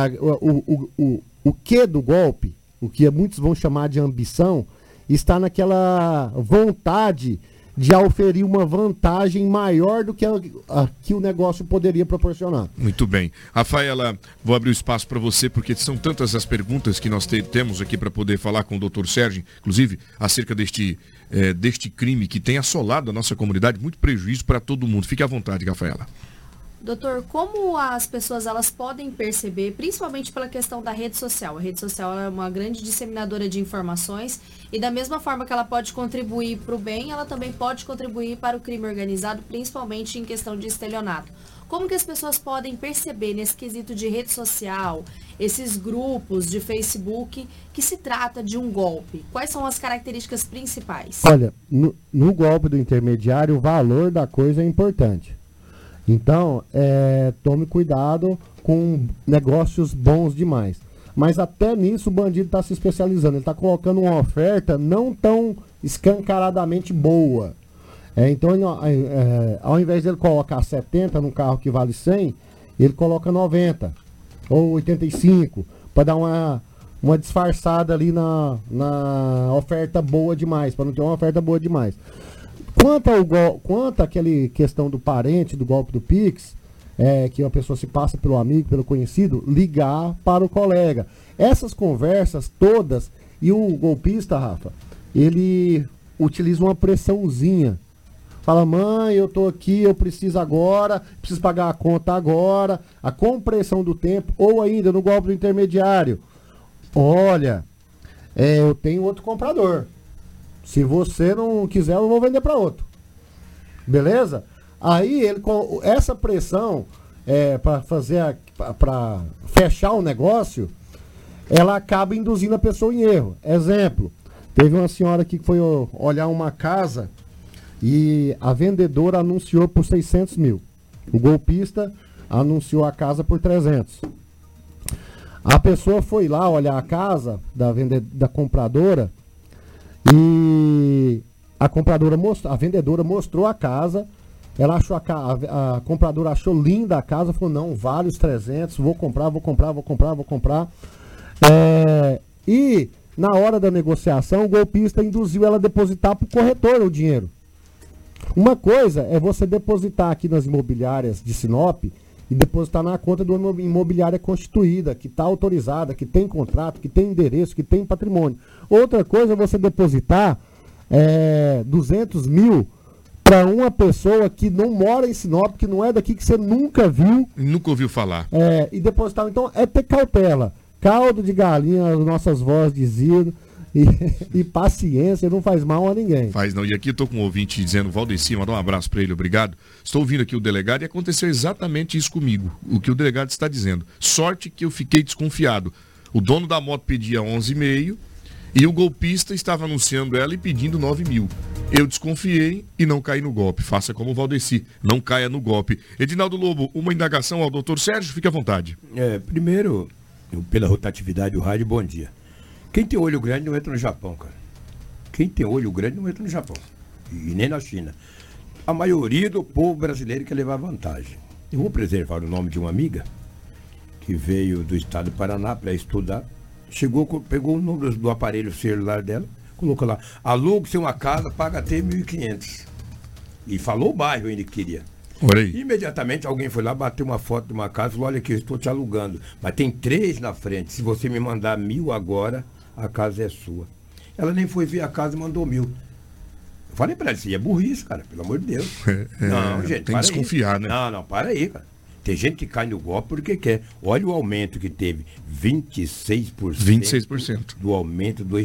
o que do golpe, o que muitos vão chamar de ambição, está naquela vontade de oferir uma vantagem maior do que que o negócio poderia proporcionar.
Muito bem. Rafaela, vou abrir o espaço para você, porque são tantas as perguntas que nós temos aqui para poder falar com o Dr. Sérgio, inclusive acerca deste crime que tem assolado a nossa comunidade, muito prejuízo para todo mundo. Fique à vontade, Rafaela.
Doutor, como as pessoas elas podem perceber, principalmente pela questão da rede social? A rede social é uma grande disseminadora de informações e da mesma forma que ela pode contribuir para o bem, ela também pode contribuir para o crime organizado, principalmente em questão de estelionato. Como que as pessoas podem perceber nesse quesito de rede social, esses grupos de Facebook, que se trata de um golpe? Quais são as características principais?
Olha, no golpe do intermediário, o valor da coisa é importante. Então, tome cuidado com negócios bons demais. Mas até nisso o bandido está se especializando. Ele está colocando uma oferta não tão escancaradamente boa. Então, ao invés de ele colocar 70 num carro que vale 100, ele coloca 90 ou 85 para dar uma disfarçada ali na oferta boa demais, para não ter uma oferta boa demais. Quanto àquela questão do parente, do golpe do Pix, que a pessoa se passa pelo amigo, pelo conhecido, ligar para o colega. Essas conversas todas, e o golpista, Rafa, ele utiliza uma pressãozinha. Fala, mãe, eu tô aqui, eu preciso agora, preciso pagar a conta agora, a compressão do tempo, ou ainda no golpe do intermediário. Olha, eu tenho outro comprador. Se você não quiser, eu vou vender para outro. Beleza? Aí essa pressão para fechar o negócio, ela acaba induzindo a pessoa em erro. Exemplo, teve uma senhora aqui que foi olhar uma casa e a vendedora anunciou por 600 mil. O golpista anunciou a casa por 300. A pessoa foi lá olhar a casa da compradora e a vendedora mostrou a casa. Ela achou a compradora achou linda a casa, falou, não, vale os 300, vou comprar. E na hora da negociação, o golpista induziu ela a depositar para o corretor o dinheiro. Uma coisa é você depositar aqui nas imobiliárias de Sinop e depositar na conta de uma imobiliária constituída, que está autorizada, que tem contrato, que tem endereço, que tem patrimônio. Outra coisa é você depositar 200 mil para uma pessoa que não mora em Sinop, que não é daqui, que você nunca viu.
Nunca ouviu falar.
E depositar. Então, é ter cautela. Caldo de galinha, as nossas vozes diziam. E paciência, não faz mal a ninguém.
Faz não. E aqui eu tô com um ouvinte dizendo, Valdeci, mandar um abraço para ele, obrigado. Estou ouvindo aqui o delegado e aconteceu exatamente isso comigo, o que o delegado está dizendo. Sorte que eu fiquei desconfiado. O dono da moto pedia 11,5 e o golpista estava anunciando ela e pedindo 9 mil. Eu desconfiei e não caí no golpe. Faça como o Valdeci, não caia no golpe. Edinaldo Lobo, uma indagação ao doutor Sérgio, fique à vontade.
Primeiro, pela rotatividade do rádio, bom dia. Quem tem olho grande não entra no Japão, cara. Quem tem olho grande não entra no Japão. E nem na China. A maioria do povo brasileiro quer levar vantagem. Eu vou preservar o nome de uma amiga que veio do estado do Paraná para estudar. Chegou, pegou o número do aparelho celular dela, colocou lá, alugue-se uma casa, paga até 1.500. E falou o bairro ainda que queria.
Olha aí.
Imediatamente alguém foi lá, bateu uma foto de uma casa e falou, olha aqui, eu estou te alugando. Mas tem 3 na frente. Se você me mandar 1.000 agora, a casa é sua. Ela nem foi ver a casa e mandou 1.000. Eu falei pra ela, isso aí é burrice, cara, pelo amor de Deus. Não, gente,
tem que desconfiar,
aí.
né?
Não, para aí, cara. Tem gente que cai no golpe porque quer. Olha o aumento que teve, 26%.
26%.
Do aumento dos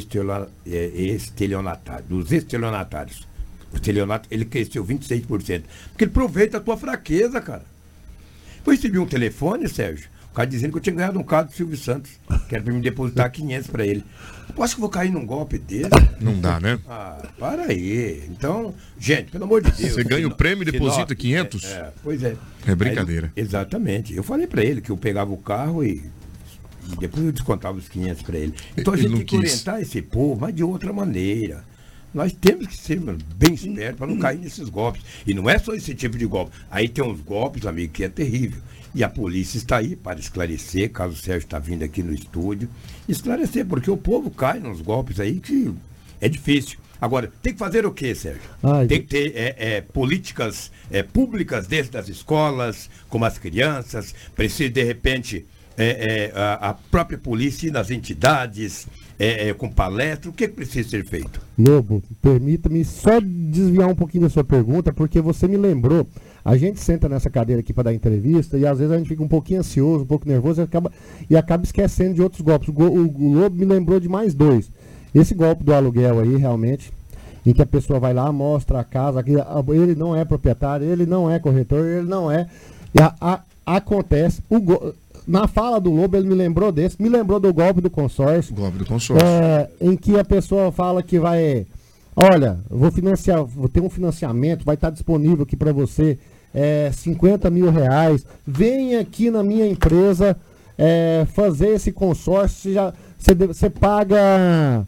estelionatários. O estelionato, ele cresceu 26%. Porque ele aproveita a tua fraqueza, cara. Eu recebi um telefone, Sérgio, o cara dizendo que eu tinha ganhado um carro do Silvio Santos, que era para me depositar 500 para ele. Eu acho que vou cair num golpe desse.
Não dá, né?
Ah, para aí. Então, gente, pelo amor de Deus.
Você ganha o prêmio e deposita 500?
Pois é.
É brincadeira.
Exatamente. Eu falei para ele que eu pegava o carro e depois eu descontava os 500 para ele. Então a gente tem que orientar esse povo, mas de outra maneira. Nós temos que ser bem espertos para não cair nesses golpes. E não é só esse tipo de golpe. Aí tem uns golpes, amigo, que é terrível. E a polícia está aí para esclarecer, caso o Sérgio está vindo aqui no estúdio, esclarecer, porque o povo cai nos golpes aí que é difícil. Agora, tem que fazer o quê, Sérgio? Tem que ter políticas públicas dentro das escolas, como as crianças, precisa de repente a própria polícia ir nas entidades, com palestra, o que precisa ser feito?
Lobo, permita-me só desviar um pouquinho da sua pergunta, porque você me lembrou, a gente senta nessa cadeira aqui para dar entrevista e às vezes a gente fica um pouquinho ansioso, um pouco nervoso e acaba esquecendo de outros golpes. O Lobo me lembrou de mais 2. Esse golpe do aluguel aí, realmente, em que a pessoa vai lá, mostra a casa, que ele não é proprietário, ele não é corretor, ele não é... Acontece... Na fala do Lobo, ele me lembrou desse, me lembrou do golpe do consórcio.
Golpe do consórcio.
Em que a pessoa fala que vai, olha, vou ter um financiamento, vai estar disponível aqui para você, 50 mil reais, vem aqui na minha empresa fazer esse consórcio, você paga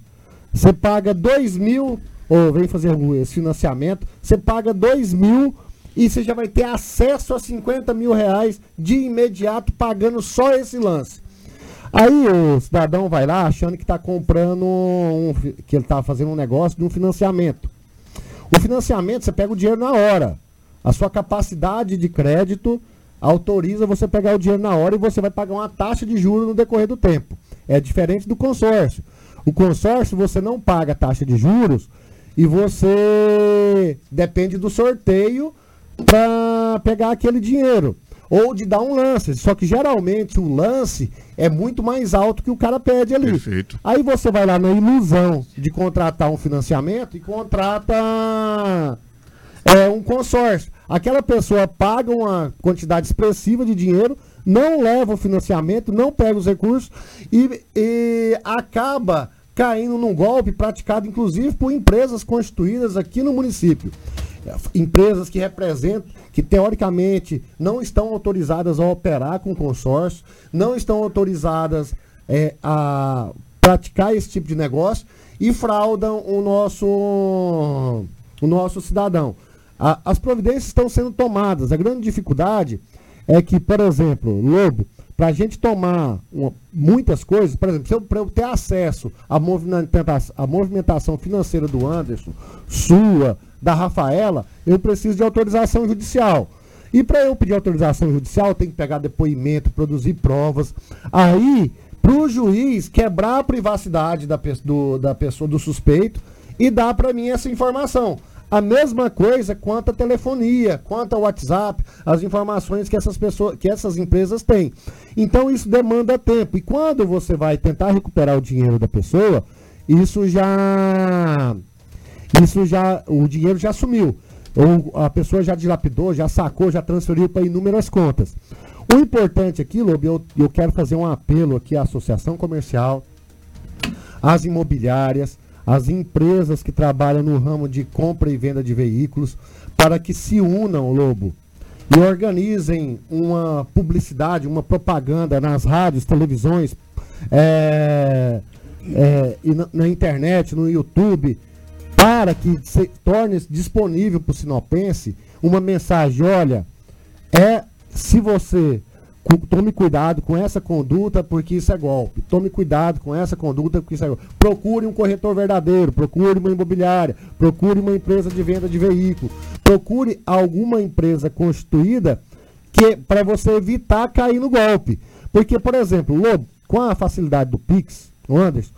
2 mil, ou vem fazer esse financiamento, você paga 2 mil, e você já vai ter acesso a 50 mil reais de imediato, pagando só esse lance. Aí o cidadão vai lá achando que está comprando, que ele está fazendo um negócio de um financiamento. O financiamento, você pega o dinheiro na hora. A sua capacidade de crédito autoriza você pegar o dinheiro na hora e você vai pagar uma taxa de juros no decorrer do tempo. É diferente do consórcio. O consórcio, você não paga taxa de juros e você depende do sorteio para pegar aquele dinheiro, ou de dar um lance, só que geralmente o lance é muito mais alto que o cara pede ali.
Perfeito.
Aí você vai lá na ilusão de contratar um financiamento e contrata um consórcio. Aquela pessoa paga uma quantidade expressiva de dinheiro, não leva o financiamento, não pega os recursos e acaba caindo num golpe praticado inclusive por empresas constituídas aqui no município. Empresas que representam, que teoricamente não estão autorizadas a operar com consórcio, não estão autorizadas a praticar esse tipo de negócio e fraudam o nosso cidadão. As providências estão sendo tomadas. A grande dificuldade é que, por exemplo, Lobo, para a gente tomar muitas coisas, por exemplo, para eu ter acesso à movimentação financeira do Anderson, sua, da Rafaela, eu preciso de autorização judicial. E para eu pedir autorização judicial, eu tenho que pegar depoimento, produzir provas. Aí, para o juiz quebrar a privacidade da pessoa, do suspeito, e dar para mim essa informação. A mesma coisa quanto a telefonia, quanto ao WhatsApp, as informações que essas empresas têm. Então isso demanda tempo. E quando você vai tentar recuperar o dinheiro da pessoa, o dinheiro já sumiu. Ou a pessoa já dilapidou, já sacou, já transferiu para inúmeras contas. O importante aqui, Lobo, eu quero fazer um apelo aqui à associação comercial, às imobiliárias, as empresas que trabalham no ramo de compra e venda de veículos, para que se unam, Lobo, e organizem uma publicidade, uma propaganda nas rádios, televisões, e na internet, no YouTube, para que se torne disponível para o sinopense uma mensagem: olha, se você Tome cuidado com essa conduta, porque isso é golpe. Tome cuidado com essa conduta, porque isso é golpe. Procure um corretor verdadeiro, procure uma imobiliária, procure uma empresa de venda de veículo, procure alguma empresa constituída para você evitar cair no golpe. Porque, por exemplo, Lobo, com a facilidade do Pix, Anderson,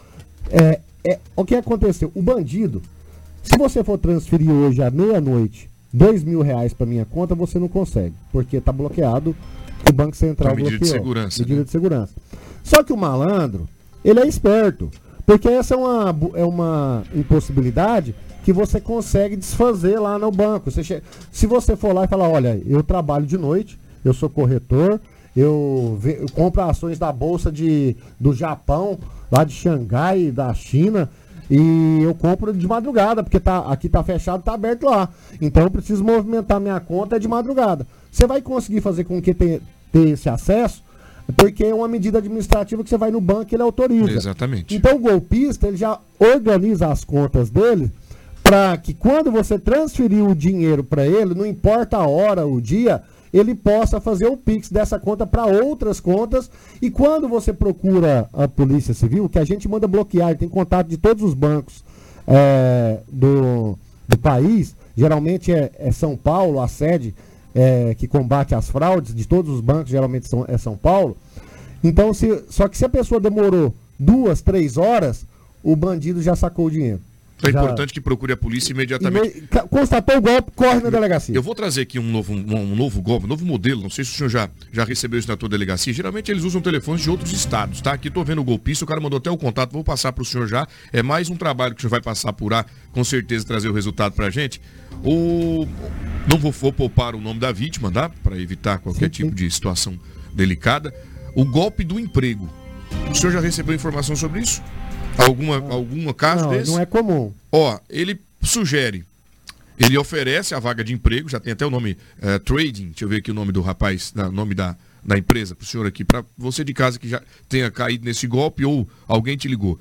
o que aconteceu? O bandido, se você for transferir hoje à meia-noite R$2.000 para minha conta, você não consegue, porque está bloqueado. O Banco Central bloqueou.
Medida de segurança.
Medida de segurança. Só que o malandro, ele é esperto, porque essa é uma impossibilidade que você consegue desfazer lá no banco. Se você for lá e falar, olha, eu trabalho de noite, eu sou corretor, eu compro ações da Bolsa do Japão, lá de Xangai, da China, e eu compro de madrugada, porque aqui tá fechado, tá aberto lá. Então eu preciso movimentar minha conta de madrugada. Você vai conseguir fazer com que ter esse acesso, porque é uma medida administrativa que você vai no banco e ele autoriza.
Exatamente.
Então o golpista, ele já organiza as contas dele para que quando você transferir o dinheiro para ele, não importa a hora, o dia, ele possa fazer o Pix dessa conta para outras contas. E quando você procura a Polícia Civil, que a gente manda bloquear, tem contato de todos os bancos do país, geralmente é São Paulo, a sede que combate as fraudes de todos os bancos, geralmente é São Paulo. Então, só que se a pessoa demorou 2, 3 horas, o bandido já sacou o dinheiro.
É importante que procure a polícia imediatamente.
Constatou o golpe, corre na delegacia.
Eu vou trazer aqui um novo golpe, um novo modelo. Não sei se o senhor já recebeu isso na tua delegacia. Geralmente eles usam telefones de outros estados, tá? Aqui tô vendo o golpista, o cara mandou até o contato, vou passar pro senhor já. É mais um trabalho que o senhor vai passar por lá, com certeza trazer o resultado pra gente. Não vou poupar o nome da vítima, tá? Para evitar qualquer tipo de situação delicada. O golpe do emprego. O senhor já recebeu informação sobre isso? Algum caso desse?
Não é comum.
Ele sugere, ele oferece a vaga de emprego, já tem até o nome Trading, deixa eu ver aqui o nome do rapaz, o nome da empresa, pro senhor aqui, para você de casa que já tenha caído nesse golpe ou alguém te ligou.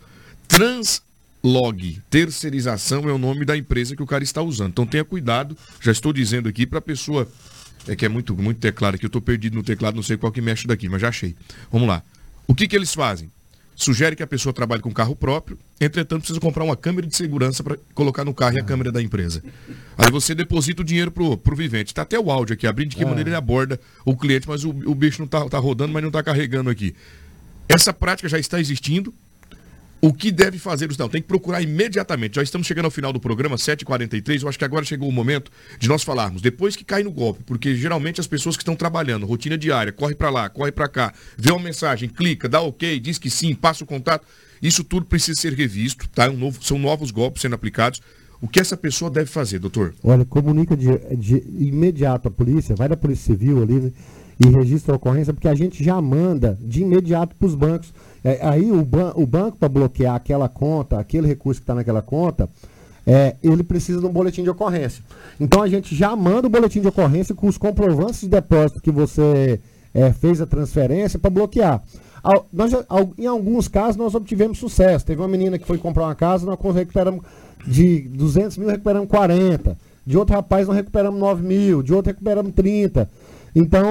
Translog, terceirização é o nome da empresa que o cara está usando. Então tenha cuidado, já estou dizendo aqui para a pessoa, que é muito teclado aqui, eu estou perdido no teclado, não sei qual que mexe daqui, mas já achei. Vamos lá. O que eles fazem? Sugere que a pessoa trabalhe com carro próprio, entretanto precisa comprar uma câmera de segurança para colocar no carro e a câmera da empresa. Aí você deposita o dinheiro pro vivente. Tá até o áudio aqui, abrindo de que maneira ele aborda o cliente, mas o bicho não tá rodando, mas não tá carregando aqui. Essa prática já está existindo. O que deve fazer? Não, tem que procurar imediatamente. Já estamos chegando ao final do programa, 7h43. Eu acho que agora chegou o momento de nós falarmos. Depois que cai no golpe, porque geralmente as pessoas que estão trabalhando, rotina diária, corre para lá, corre para cá, vê uma mensagem, clica, dá ok, diz que sim, passa o contato. Isso tudo precisa ser revisto, tá? São novos golpes sendo aplicados. O que essa pessoa deve fazer, doutor?
Olha, comunica de imediato a polícia, vai da Polícia Civil ali, né, e registra a ocorrência, porque a gente já manda de imediato para os bancos. Aí o banco, para bloquear aquela conta, aquele recurso que está naquela conta, ele precisa de um boletim de ocorrência. Então a gente já manda o boletim de ocorrência com os comprovantes de depósito que você fez a transferência para bloquear. Em alguns casos nós obtivemos sucesso. Teve uma menina que foi comprar uma casa, nós recuperamos de 200 mil, recuperamos 40. De outro rapaz nós recuperamos 9 mil, de outro recuperamos 30. Então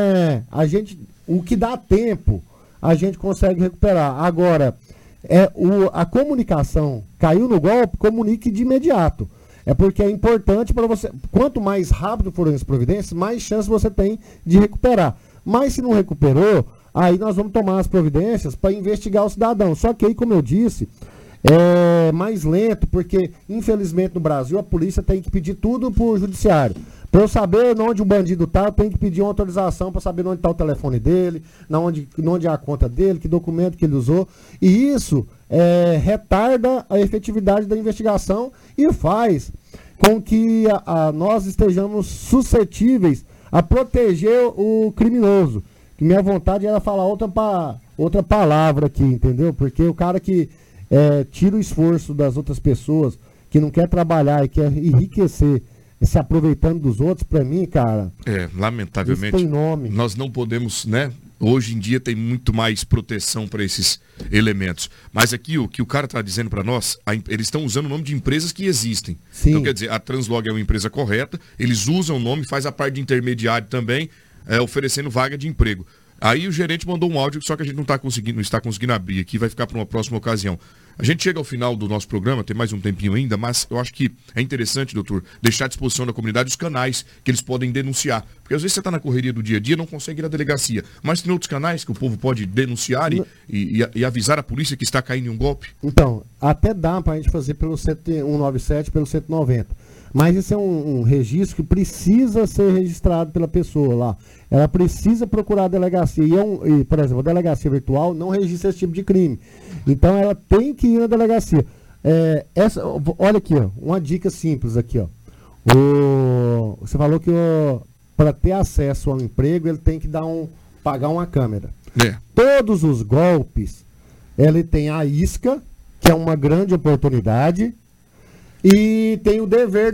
o que dá tempo, a gente consegue recuperar. Agora, a comunicação caiu no golpe, comunique de imediato. Porque é importante para você, quanto mais rápido forem as providências, mais chance você tem de recuperar. Mas se não recuperou, aí nós vamos tomar as providências para investigar o cidadão. Só que aí, como eu disse, é mais lento, porque infelizmente no Brasil a polícia tem que pedir tudo para o judiciário. Para eu saber onde o bandido está, eu tenho que pedir uma autorização para saber onde está o telefone dele, onde é a conta dele, que documento que ele usou. E isso retarda a efetividade da investigação e faz com que nós estejamos suscetíveis a proteger o criminoso. Que minha vontade era falar outra palavra aqui, entendeu? Porque o cara que tira o esforço das outras pessoas, que não quer trabalhar e quer enriquecer, se aproveitando dos outros, para mim, cara...
lamentavelmente,
tem nome.
Nós não podemos, né? Hoje em dia tem muito mais proteção para esses elementos. Mas aqui o que o cara está dizendo para nós, eles estão usando o nome de empresas que existem.
Sim.
Então, quer dizer, a Translog é uma empresa correta, eles usam o nome, faz a parte de intermediário também, oferecendo vaga de emprego. Aí o gerente mandou um áudio, só que a gente não está conseguindo abrir aqui, vai ficar para uma próxima ocasião. A gente chega ao final do nosso programa, tem mais um tempinho ainda, mas eu acho que é interessante, doutor, deixar à disposição da comunidade os canais que eles podem denunciar. Porque às vezes você está na correria do dia a dia, não consegue ir na delegacia. Mas tem outros canais que o povo pode denunciar e avisar a polícia que está caindo em um golpe?
Então, até dá para a gente fazer pelo 197, pelo 190. Mas esse é um registro que precisa ser registrado pela pessoa lá. Ela precisa procurar a delegacia. E, por exemplo, a delegacia virtual não registra esse tipo de crime. Então ela tem que ir na delegacia. Olha aqui, ó, uma dica simples aqui, ó. Você falou que para ter acesso ao emprego ele tem que pagar uma câmera. Todos os golpes, ele tem a isca, que é uma grande oportunidade. E tem o dever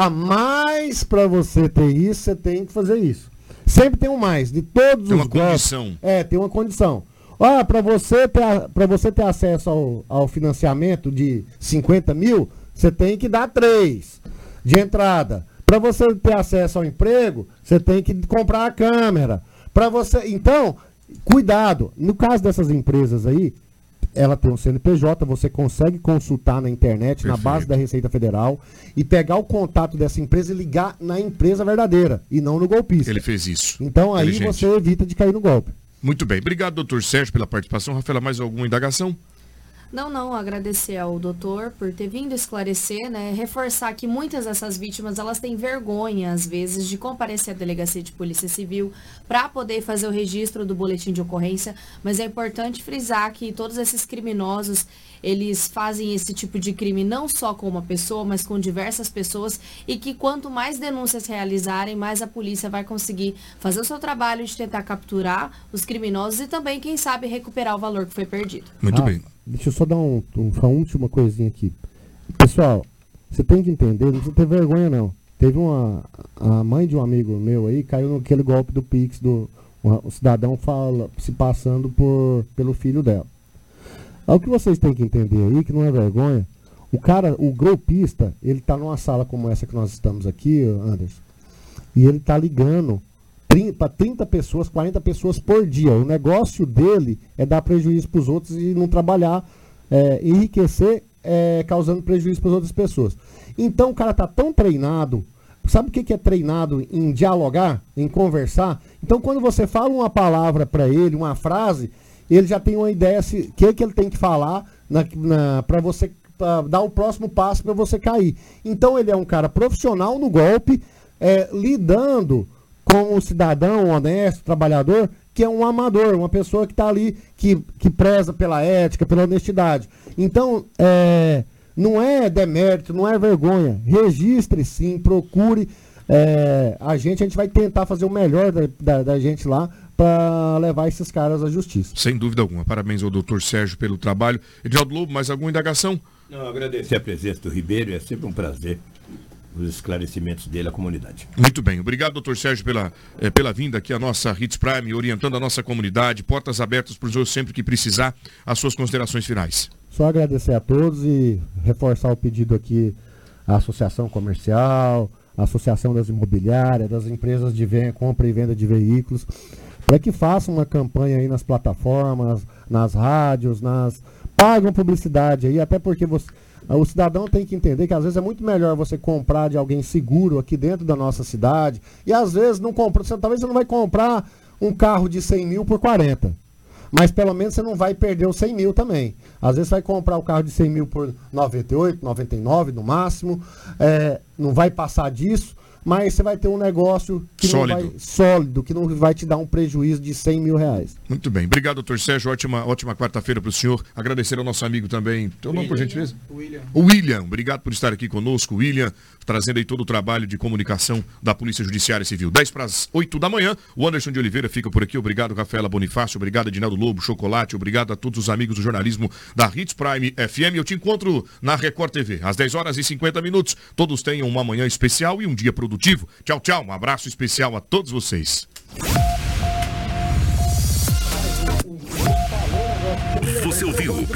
mais para você ter isso, você tem que fazer isso. Sempre tem um mais. De todos os golpes. Tem uma condição. Tem uma condição. Para você ter acesso ao financiamento de 50 mil, você tem que dar 3 de entrada. Para você ter acesso ao emprego, você tem que comprar a câmera. Então, cuidado. No caso dessas empresas aí, ela tem um CNPJ, você consegue consultar na internet, Perfeito. Na base da Receita Federal, e pegar o contato dessa empresa e ligar na empresa verdadeira, e não no golpista.
Ele fez isso.
Então aí você evita de cair no golpe.
Muito bem. Obrigado, doutor Sérgio, pela participação. Rafaela, mais alguma indagação?
Não, agradecer ao doutor por ter vindo esclarecer, né, reforçar que muitas dessas vítimas, elas têm vergonha, às vezes, de comparecer à delegacia de polícia civil para poder fazer o registro do boletim de ocorrência, mas é importante frisar que todos esses criminosos, eles fazem esse tipo de crime não só com uma pessoa, mas com diversas pessoas, e que quanto mais denúncias realizarem, mais a polícia vai conseguir fazer o seu trabalho de tentar capturar os criminosos e também, quem sabe, recuperar o valor que foi perdido.
Muito bem.
Deixa eu só dar uma última coisinha aqui. Pessoal, você tem que entender, não precisa ter vergonha não. Teve a mãe de um amigo meu aí, caiu naquele golpe do Pix, o cidadão se passando pelo filho dela. O que vocês têm que entender aí, que não é vergonha, o golpista, ele tá numa sala como essa que nós estamos aqui, Anderson, e ele tá ligando para 30 pessoas, 40 pessoas por dia. O negócio dele é dar prejuízo para os outros e não trabalhar, enriquecer, causando prejuízo para as outras pessoas. Então o cara tá tão treinado. Sabe o que é treinado em dialogar, em conversar? Então quando você fala uma palavra para ele, uma frase, ele já tem uma ideia que ele tem que falar para você dar o próximo passo para você cair. Então ele é um cara profissional no golpe, lidando com um cidadão honesto, trabalhador, que é um amador, uma pessoa que está ali, que preza pela ética, pela honestidade. Então, não é demérito, não é vergonha. Registre sim, procure a gente vai tentar fazer o melhor da gente lá para levar esses caras à justiça.
Sem dúvida alguma. Parabéns ao doutor Sérgio pelo trabalho. Edinaldo Lobo, mais alguma indagação?
Não, agradecer a presença do Ribeiro, é sempre um prazer os esclarecimentos dele à comunidade.
Muito bem, obrigado, doutor Sérgio, pela vinda aqui à nossa Hits Prime, orientando a nossa comunidade, portas abertas para o senhor sempre que precisar. As suas considerações finais.
Só agradecer a todos e reforçar o pedido aqui à Associação Comercial, à Associação das Imobiliárias, das empresas de compra e venda de veículos, para que façam uma campanha aí nas plataformas, nas rádios, pagam publicidade aí, até porque o cidadão tem que entender que às vezes é muito melhor você comprar de alguém seguro aqui dentro da nossa cidade, e às vezes talvez você não vai comprar um carro de 100 mil por 40, mas pelo menos você não vai perder os 100 mil também. Às vezes você vai comprar o carro de 100 mil por 98, 99 no máximo, não vai passar disso, mas você vai ter um negócio sólido, que não vai te dar um prejuízo de 100 mil reais.
Muito bem. Obrigado, doutor Sérgio. Ótima quarta-feira para o senhor. Agradecer ao nosso amigo também. Teu nome, por gentileza? William. Obrigado por estar aqui conosco, William, trazendo aí todo o trabalho de comunicação da Polícia Judiciária Civil. 10 para as 8 da manhã. O Anderson de Oliveira fica por aqui. Obrigado, Rafaela Bonifácio. Obrigado, Edinaldo Lobo, Chocolate. Obrigado a todos os amigos do jornalismo da Hits Prime FM. Eu te encontro na Record TV, às 10 horas e 50 minutos. Todos tenham uma manhã especial e um dia produtivo. Tchau, tchau. Um abraço especial a todos vocês.
Você ouviu